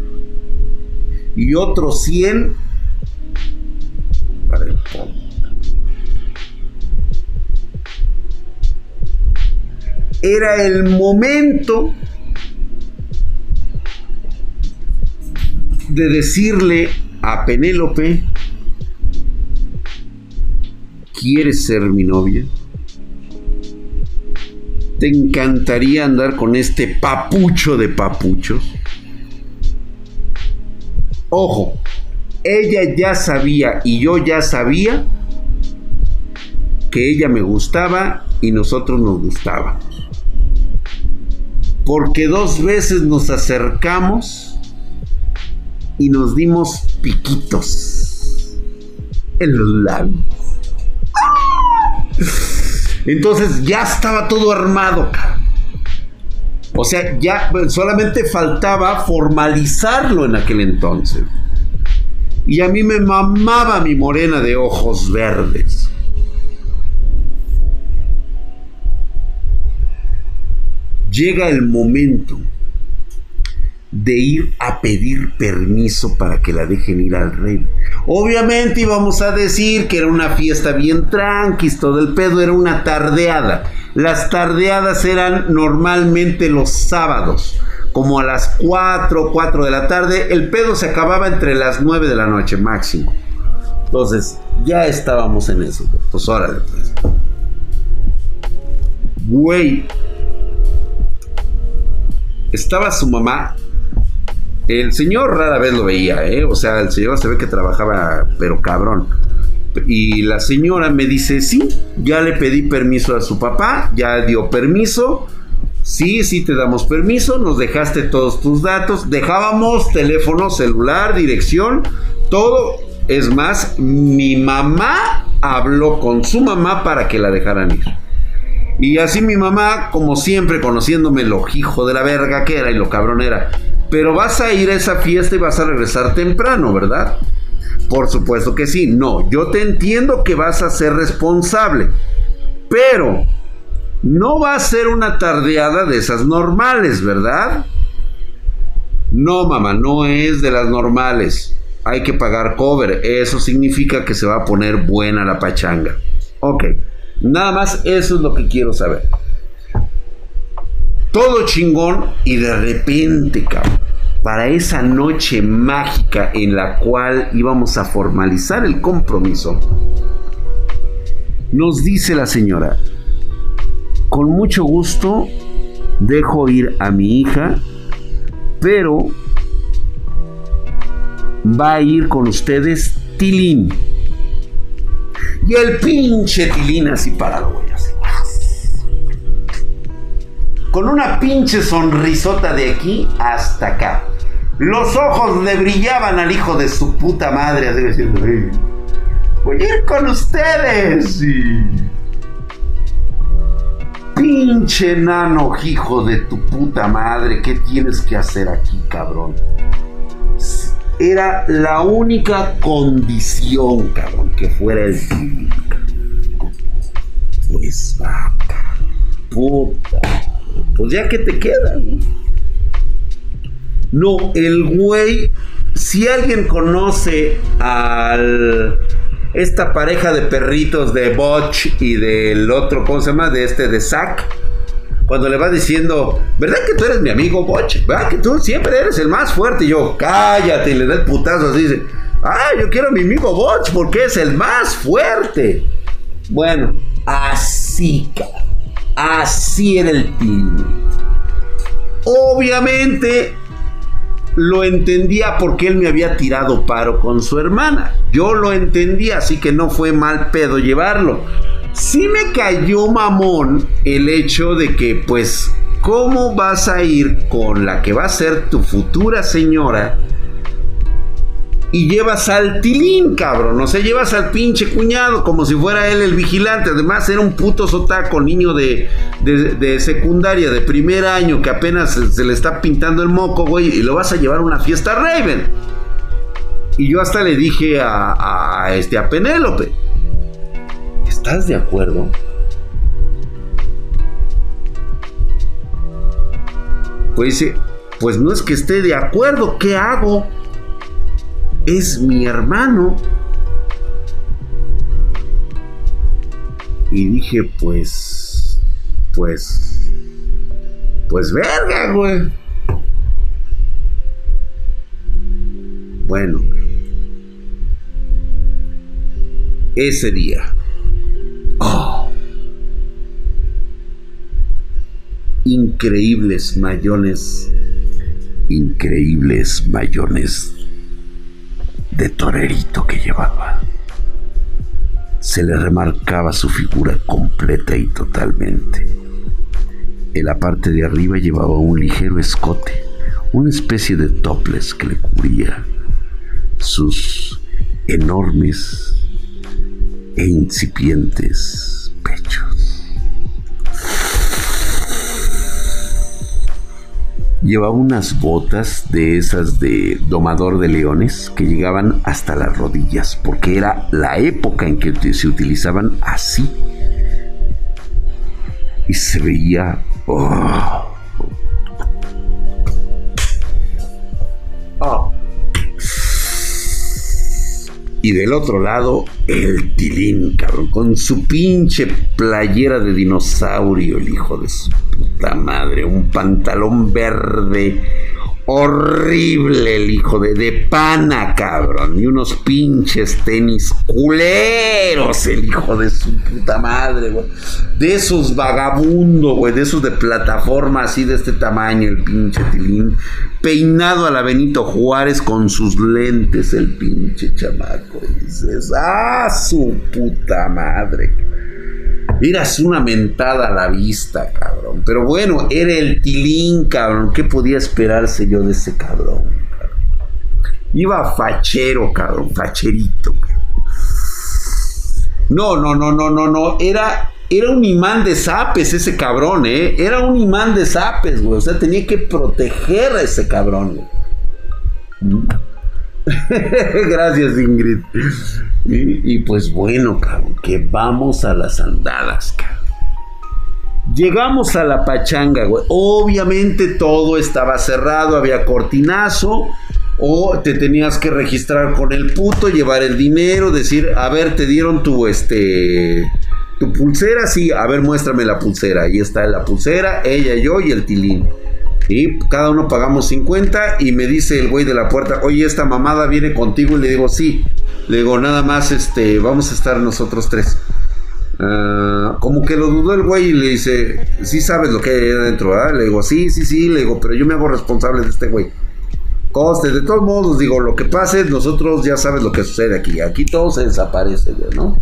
Y otros cien para el pomo. era el momento de decirle a Penélope: ¿quieres ser mi novia? ¿Te encantaría andar con este papucho de papuchos? Ojo, ella ya sabía y yo ya sabía que ella me gustaba y nosotros nos gustábamos. Porque dos veces nos acercamos y nos dimos piquitos en los labios. Entonces ya estaba todo armado. O sea, ya solamente faltaba formalizarlo en aquel entonces. Y a mí me mamaba mi morena de ojos verdes. Llega el momento de ir a pedir permiso para que la dejen ir al rey. Obviamente íbamos a decir que era una fiesta bien tranquis, todo el pedo, era una tardeada. Las tardeadas eran normalmente los sábados, como a las cuatro, cuatro de la tarde. El pedo se acababa entre las nueve de la noche máximo. Entonces ya estábamos en eso. Pues órale, pues. Güey, estaba su mamá. El señor rara vez lo veía, ¿eh? O sea, el señor se ve que trabajaba, pero cabrón. Y la señora me dice: sí, ya le pedí permiso a su papá, ya dio permiso. Sí, sí te damos permiso, nos dejaste todos tus datos. Dejábamos teléfono, celular, dirección, todo. Es más, mi mamá habló con su mamá para que la dejaran ir. Y así mi mamá, como siempre, conociéndome lo hijo de la verga que era y lo cabrón era: pero vas a ir a esa fiesta y vas a regresar temprano, ¿verdad? Por supuesto que sí. No, yo te entiendo que vas a ser responsable, pero no va a ser una tardeada de esas normales, ¿verdad? No, mamá, no es de las normales. Hay que pagar cover. Eso significa que se va a poner buena la pachanga. Ok, nada más eso es lo que quiero saber. Todo chingón, y de repente, cabrón, para esa noche mágica en la cual íbamos a formalizar el compromiso, nos dice la señora: con mucho gusto dejo ir a mi hija, pero va a ir con ustedes Tilín. Y el pinche Tilín así parado, güey, así, con una pinche sonrisota de aquí hasta acá. Los ojos le brillaban al hijo de su puta madre, así diciendo: hey, voy a ir con ustedes. Y... pinche nano, hijo de tu puta madre, ¿qué tienes que hacer aquí, cabrón? Era la única condición, cabrón, que fuera el Tilín. Pues va, puta. Pues ya que te queda, ¿no? No, el güey, si alguien conoce al esta pareja de perritos de Butch y del otro, ¿cómo se llama? De este, de Zack, cuando le va diciendo: ¿verdad que tú eres mi amigo Butch? ¿Verdad que tú siempre eres el más fuerte? Y yo: cállate, y le da el putazo así, dice: ah, yo quiero a mi amigo Butch porque es el más fuerte. Bueno, así, cabrón. Así era el Tilín. Obviamente lo entendía porque él me había tirado paro con su hermana. Yo lo entendía, así que no fue mal pedo llevarlo. Sí me cayó mamón el hecho de que, pues, ¿cómo vas a ir con la que va a ser tu futura señora y llevas al Tilín, cabrón? O sea, llevas al pinche cuñado como si fuera él el vigilante. Además era un puto sotaco, niño de, de, de secundaria, de primer año, que apenas se, se le está pintando el moco, güey, y lo vas a llevar a una fiesta Raven. Y yo hasta le dije a, a, este, a Penélope: ¿estás de acuerdo? Pues dice: pues no es que esté de acuerdo, ¿qué hago? Es mi hermano. Y dije: pues, pues, Pues verga, güey. Bueno, ese día, oh, increíbles mayones, increíbles mayones de torerito que llevaba. Se le remarcaba su figura completa y totalmente. En la parte de arriba llevaba un ligero escote, una especie de topless que le cubría sus enormes e incipientes pechos. Llevaba unas botas de esas de domador de leones que llegaban hasta las rodillas, porque era la época en que se utilizaban así. Y se veía... Oh, oh. Y del otro lado, el Tilín, cabrón, con su pinche playera de dinosaurio, el hijo de su puta madre, un pantalón verde horrible, el hijo de, de pana, cabrón, y unos pinches tenis culeros, el hijo de su puta madre, güey, de esos vagabundos, güey, de esos de plataforma así de este tamaño, el pinche Tilín, peinado a la Benito Juárez con sus lentes, el pinche chamaco, y dices, ¡ah, su puta madre! Eras una mentada a la vista, cabrón. Pero bueno, era el Tilín, cabrón. ¿Qué podía esperarse yo de ese cabrón, cabrón? Iba fachero, cabrón. Facherito, cabrón. No, no, no, no, no, no. Era, era un imán de zapes ese cabrón, ¿eh? Era un imán de zapes, güey. O sea, tenía que proteger a ese cabrón, güey. Gracias, Ingrid. Y, y pues bueno, cabrón, que vamos a las andadas, cabrón. Llegamos a la pachanga, güey. Obviamente todo estaba cerrado, había cortinazo. O te tenías que registrar con el puto, llevar el dinero, decir, a ver, te dieron tu este tu pulsera, sí, a ver, muéstrame la pulsera. Ahí está la pulsera, ella, yo y el Tilín. Y cada uno pagamos cincuenta y me dice el güey de la puerta, oye, esta mamada viene contigo, y le digo, sí. Le digo, nada más, este, vamos a estar nosotros tres. Uh, como que lo dudó el güey y le dice, sí sabes lo que hay ahí adentro, ¿verdad? Le digo, sí, sí, sí, le digo, pero yo me hago responsable de este güey. Coste, de todos modos, digo, lo que pase, nosotros ya sabes lo que sucede aquí. Aquí todo se desaparece, ¿no?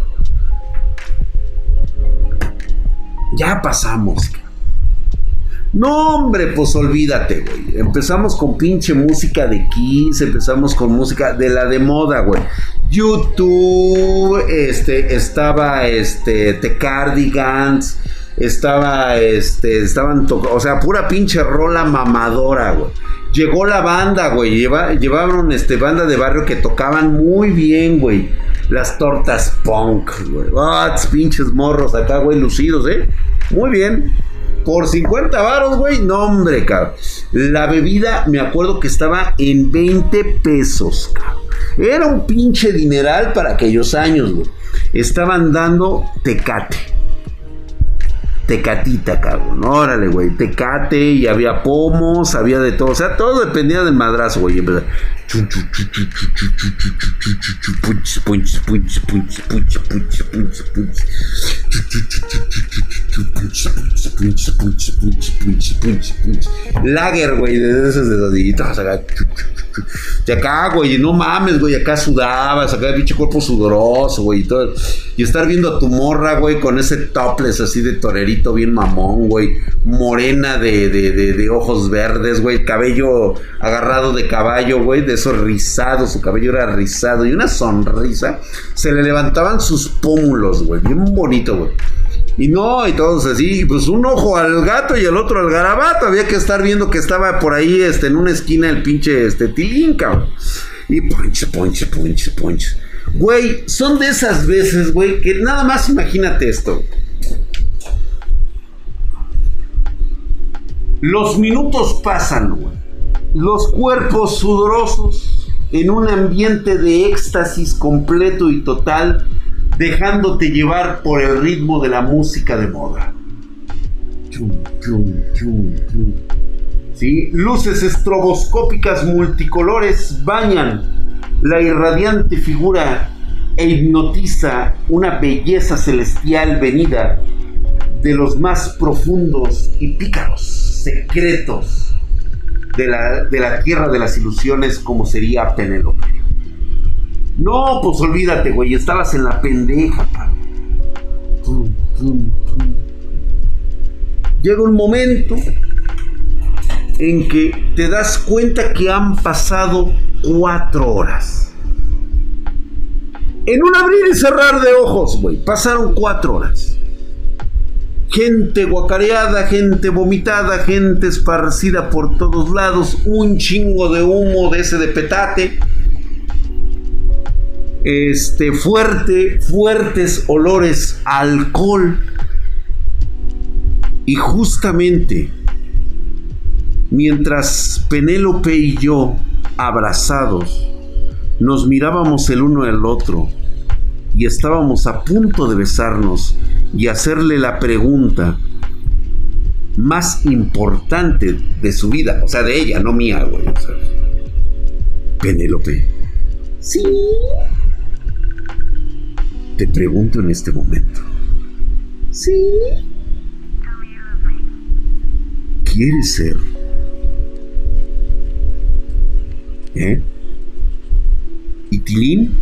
Ya pasamos. No, hombre, pues olvídate, güey. Empezamos con pinche música de Kiss, empezamos con música de la de moda, güey. YouTube, este, estaba, este, The Cardigans, estaba, este, estaban tocando, o sea, pura pinche rola mamadora, güey. Llegó la banda, güey, Lleva, llevaron, este, banda de barrio que tocaban muy bien, güey. Las tortas punk, güey. Ah, pinches morros acá, güey, lucidos, ¿eh? Muy bien. Por cincuenta varos, güey, no, hombre, cabrón. La bebida, me acuerdo que estaba en veinte pesos, cabrón. Era un pinche dineral para aquellos años, güey. Estaban dando Tecate. Tecatita, cabrón. Órale, güey. Tecate, y había pomos, había de todo. O sea, todo dependía del madrazo, güey. Lager, güey, de esos de deditos acá. Y acá, güey, no mames, güey, acá sudabas, acá el pinche cuerpo sudoroso, güey, y todo. Y estar viendo a tu morra, güey, con ese topless así de torerito bien mamón, güey, morena de, de, de, de ojos verdes, güey, cabello agarrado de caballo, güey, de esos rizados, su cabello era rizado y una sonrisa, se le levantaban sus pómulos, güey, bien bonito, güey. Y no, y todos así, pues un ojo al gato y el otro al garabato. Había que estar viendo que estaba por ahí, este, en una esquina el pinche, este, Tilín, cabrón. Y ponche, ponche, ponche, ponche. Güey, son de esas veces, güey, que nada más imagínate esto. Los minutos pasan, güey. Los cuerpos sudorosos en un ambiente de éxtasis completo y total, dejándote llevar por el ritmo de la música de moda. Chum, chum, chum, chum. ¿Sí? Luces estroboscópicas multicolores bañan la irradiante figura e hipnotiza una belleza celestial venida de los más profundos y pícaros secretos de la, de la tierra de las ilusiones, como sería Penélope. No, pues olvídate, güey, estabas en la pendeja, palo. Llega un momento en que te das cuenta que han pasado cuatro horas. En un abrir y cerrar de ojos, güey, pasaron cuatro horas. Gente guacareada, gente vomitada, gente esparcida por todos lados, un chingo de humo de ese de petate. Este, fuerte, fuertes olores a alcohol. Y justamente, mientras Penélope y yo, abrazados, nos mirábamos el uno al otro y estábamos a punto de besarnos y hacerle la pregunta más importante de su vida, o sea, de ella, no mía, güey. O sea, Penélope, ¿sí? Te pregunto en este momento, ¿sí? ¿Quieres ser? ¿Eh? ¿Y Tilín?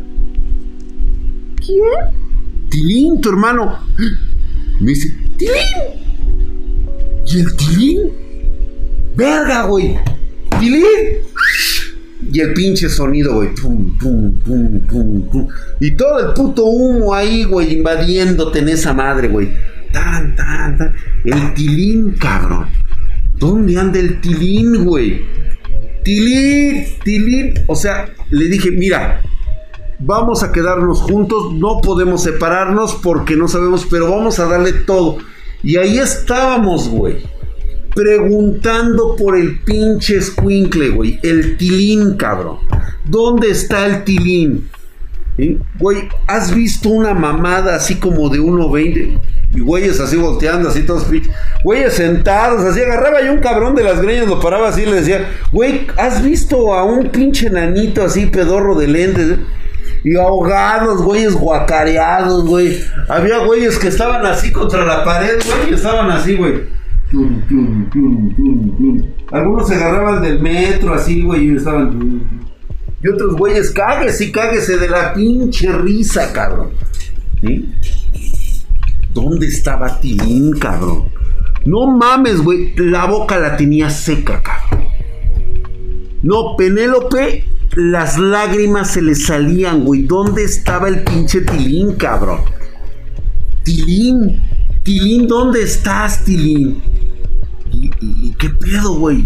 ¿Quién? Tilín, tu hermano. Me dice, ¡Tilín! ¿Y el Tilín? ¡Verga, güey! ¡Tilín! Y el pinche sonido, güey. Pum, pum, pum, pum, pum. Y todo el puto humo ahí, güey, invadiéndote en esa madre, güey. Tan, tan, tan. El Tilín, cabrón. ¿Dónde anda el Tilín, güey? Tilín, Tilín. O sea, le dije, mira, vamos a quedarnos juntos, no podemos separarnos porque no sabemos, pero vamos a darle todo. Y ahí estábamos, güey, preguntando por el pinche escuincle, güey, el Tilín, cabrón. ¿Dónde está el Tilín? ¿Sí? Güey, ¿has visto una mamada así como de uno veinte? Y güeyes así volteando, así todos pinches. Güeyes sentados, así agarraba yo un cabrón de las greñas, lo paraba así y le decía, güey, ¿has visto a un pinche nanito así pedorro de lentes? Y ahogados, güeyes guacareados, güey. Había güeyes que estaban así contra la pared, güey, y estaban así, güey. Tum, tum, tum, tum, tum. Algunos se agarraban del metro así, güey, y estaban. Y otros güeyes, cáguese y cáguese de la pinche risa, cabrón. ¿Sí? ¿Dónde estaba Tilín, cabrón? No mames, güey, la boca la tenía seca, cabrón. No, Penélope, las lágrimas se le salían, güey. ¿Dónde estaba el pinche Tilín, cabrón? Tilín, Tilín, ¿dónde estás, Tilín? ¿Y, y, y qué pedo, güey?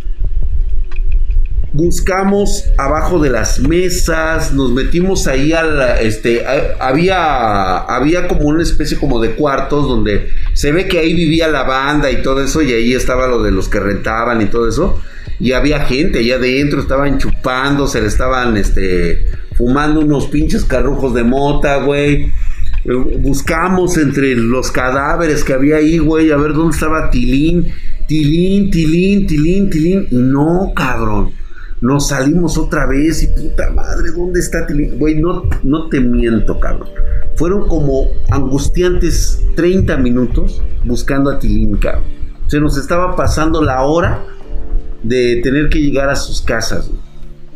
Buscamos abajo de las mesas, nos metimos ahí a la, este, a, había, había como una especie como de cuartos donde se ve que ahí vivía la banda y todo eso, y ahí estaba lo de los que rentaban y todo eso, y había gente allá adentro, estaban chupando, se le estaban, este, fumando unos pinches carrujos de mota, güey. Buscamos entre los cadáveres que había ahí, güey, a ver dónde estaba Tilín, Tilín, Tilín, Tilín, Tilín, y no, cabrón. Nos salimos otra vez y puta madre, ¿dónde está Tilín? Güey, no, no te miento, cabrón. Fueron como angustiantes treinta minutos buscando a Tilín, cabrón. Se nos estaba pasando la hora de tener que llegar a sus casas, güey.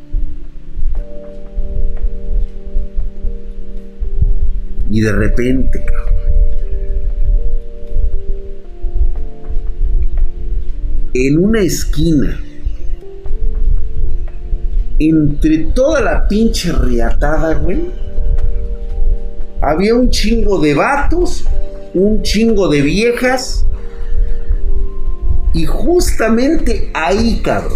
Y de repente, cabrón, en una esquina, entre toda la pinche riatada, güey, había un chingo de vatos, un chingo de viejas, y justamente ahí, cabrón,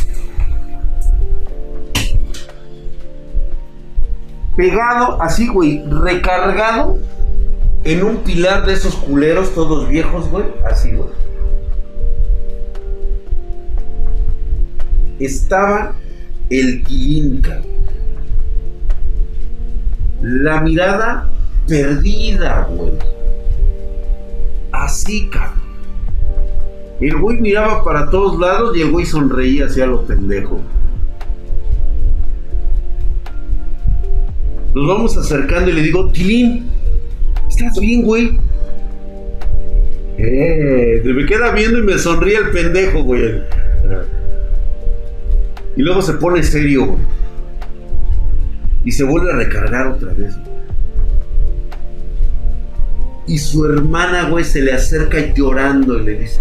pegado así, güey, recargado en un pilar de esos culeros todos viejos, güey, así, güey, estaba el Tilín, cabrón. La mirada perdida, güey. Así, cabrón. El güey miraba para todos lados y el güey sonreía hacia lo pendejo. Nos vamos acercando y le digo, Tilín, ¿estás bien, güey? Eh, me queda viendo y me sonríe el pendejo, güey. Y luego se pone serio, güey. Y se vuelve a recargar otra vez. Y su hermana, güey, se le acerca llorando y le dice,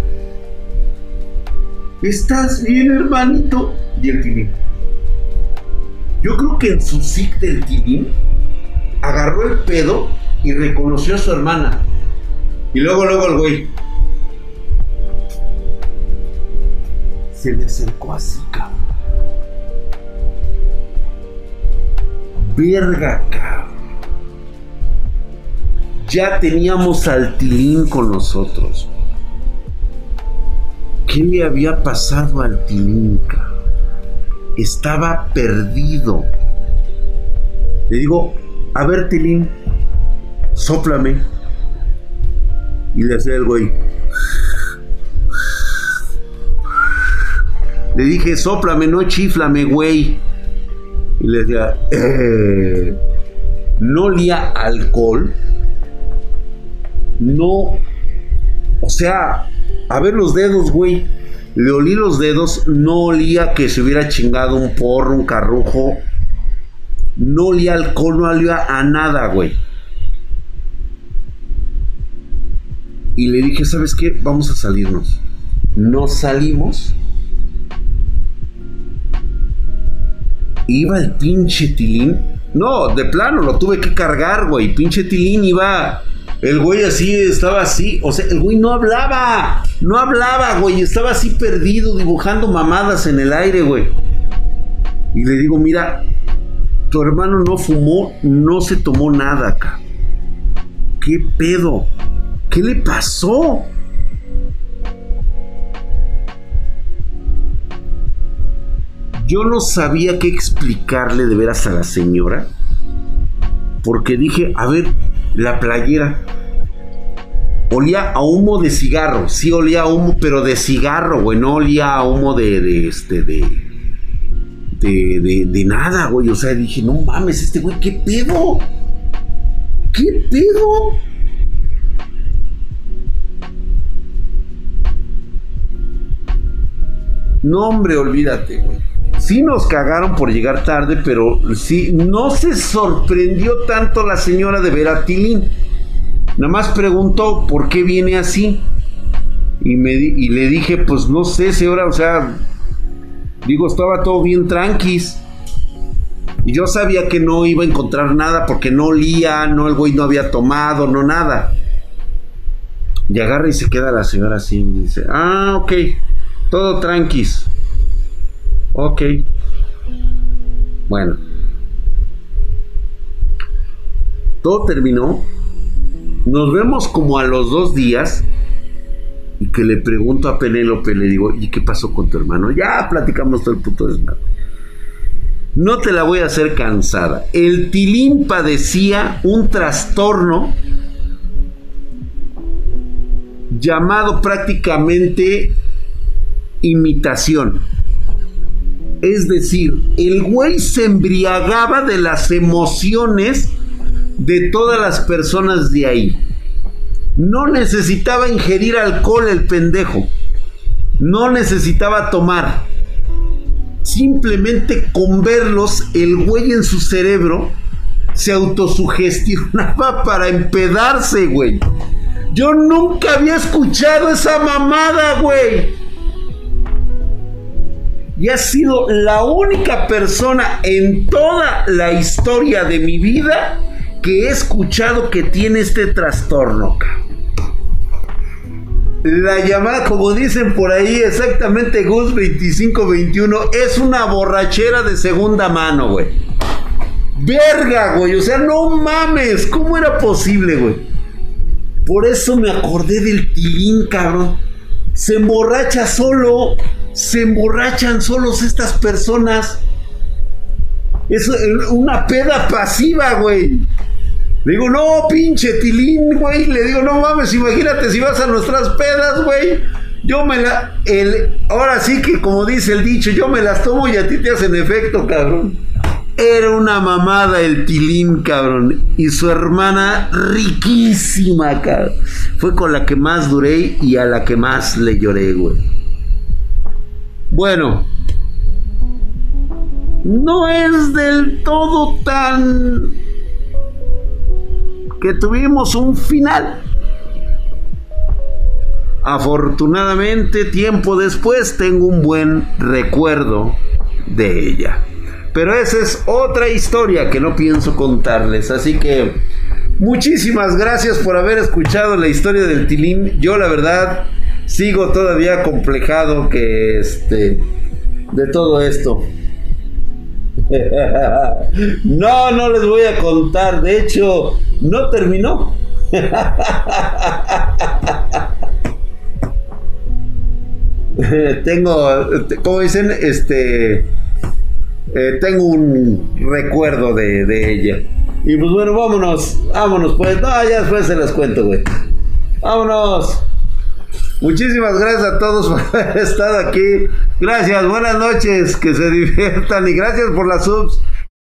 ¿estás bien, hermanito? Y el Tilín, yo creo que en su sic del Tilín agarró el pedo y reconoció a su hermana. Y luego, luego el güey se le acercó así, cabrón. Verga, cabrón. Ya teníamos al Tilín con nosotros. ¿Qué le había pasado al Tilín, cabrón? Estaba perdido. Le digo, a ver, Tilín, sóplame. Y le hacía el güey. Le dije, sóplame, no chiflame, güey. Y le decía, eh, no olía alcohol. No, o sea, a ver los dedos, güey. Le olí los dedos, no olía que se hubiera chingado un porro, un carrujo. No olía alcohol, no olía a nada, güey. Y le dije, ¿sabes qué? Vamos a salirnos. Nos salimos. Iba el pinche Tilín. No, de plano, lo tuve que cargar, güey. Pinche Tilín iba... El güey así, estaba así. O sea, el güey no hablaba. No hablaba, güey. Estaba así perdido, dibujando mamadas en el aire, güey. Y le digo, mira, tu hermano no fumó, no se tomó nada acá. ¿Qué pedo? ¿Qué le pasó? Yo no sabía qué explicarle de veras a la señora. Porque dije, a ver, la playera olía a humo de cigarro. Sí olía a humo, pero de cigarro, güey. No olía a humo de, de este, de, de, de, de nada, güey. O sea, dije, no mames, este güey, ¿qué pedo? ¿Qué pedo? No, hombre, olvídate, güey. Sí nos cagaron por llegar tarde, pero sí, no se sorprendió tanto la señora de ver a Tilín. Nada más preguntó por qué viene así. Y, me, y le dije, pues no sé, señora, o sea, digo, estaba todo bien tranquis. Y yo sabía que no iba a encontrar nada porque no olía, no, el güey no había tomado, no nada. Y agarra y se queda la señora así y dice, ah, ok, todo tranquis. Ok. Bueno. Todo terminó. Nos vemos como a los dos días. Y que le pregunto a Penélope, le digo, ¿y qué pasó con tu hermano? Ya platicamos todo el puto desmadre. No te la voy a hacer cansada. El Tilín padecía un trastorno llamado prácticamente imitación. Es decir, el güey se embriagaba de las emociones de todas las personas de ahí. No necesitaba ingerir alcohol el pendejo. No necesitaba tomar. Simplemente con verlos, el güey en su cerebro se autosugestionaba para empedarse, güey. Yo nunca había escuchado esa mamada, güey. Y ha sido la única persona en toda la historia de mi vida que he escuchado que tiene este trastorno. La llamada, como dicen por ahí exactamente, Gus veinticinco veintiuno, es una borrachera de segunda mano, güey. Verga, güey, o sea, no mames, ¿cómo era posible, güey? Por eso me acordé del Tilín, cabrón. Se emborracha solo. Se emborrachan solos estas personas. Es una peda pasiva, güey. Le digo, no, pinche Tilín, güey. Le digo, no mames, imagínate si vas a nuestras pedas, güey. Yo me la... El, ahora sí que como dice el dicho, yo me las tomo y a ti te hacen efecto, cabrón. Era una mamada el Tilín, cabrón. Y su hermana riquísima, cabrón. Fue con la que más duré y a la que más le lloré, güey. Bueno, no es del todo tan... que tuvimos un final. Afortunadamente, tiempo después tengo un buen recuerdo de ella. Pero esa es otra historia que no pienso contarles. Así que muchísimas gracias por haber escuchado la historia del Tilín. Yo la verdad sigo todavía acomplejado que este de todo esto. No, no les voy a contar. De hecho, no terminó. Tengo, como dicen, este, eh, tengo un recuerdo de, de ella. Y pues bueno, vámonos, vámonos pues. No, ya después se las cuento, güey. Vámonos. Muchísimas gracias a todos por haber estado aquí. Gracias, buenas noches, que se diviertan y gracias por las subs.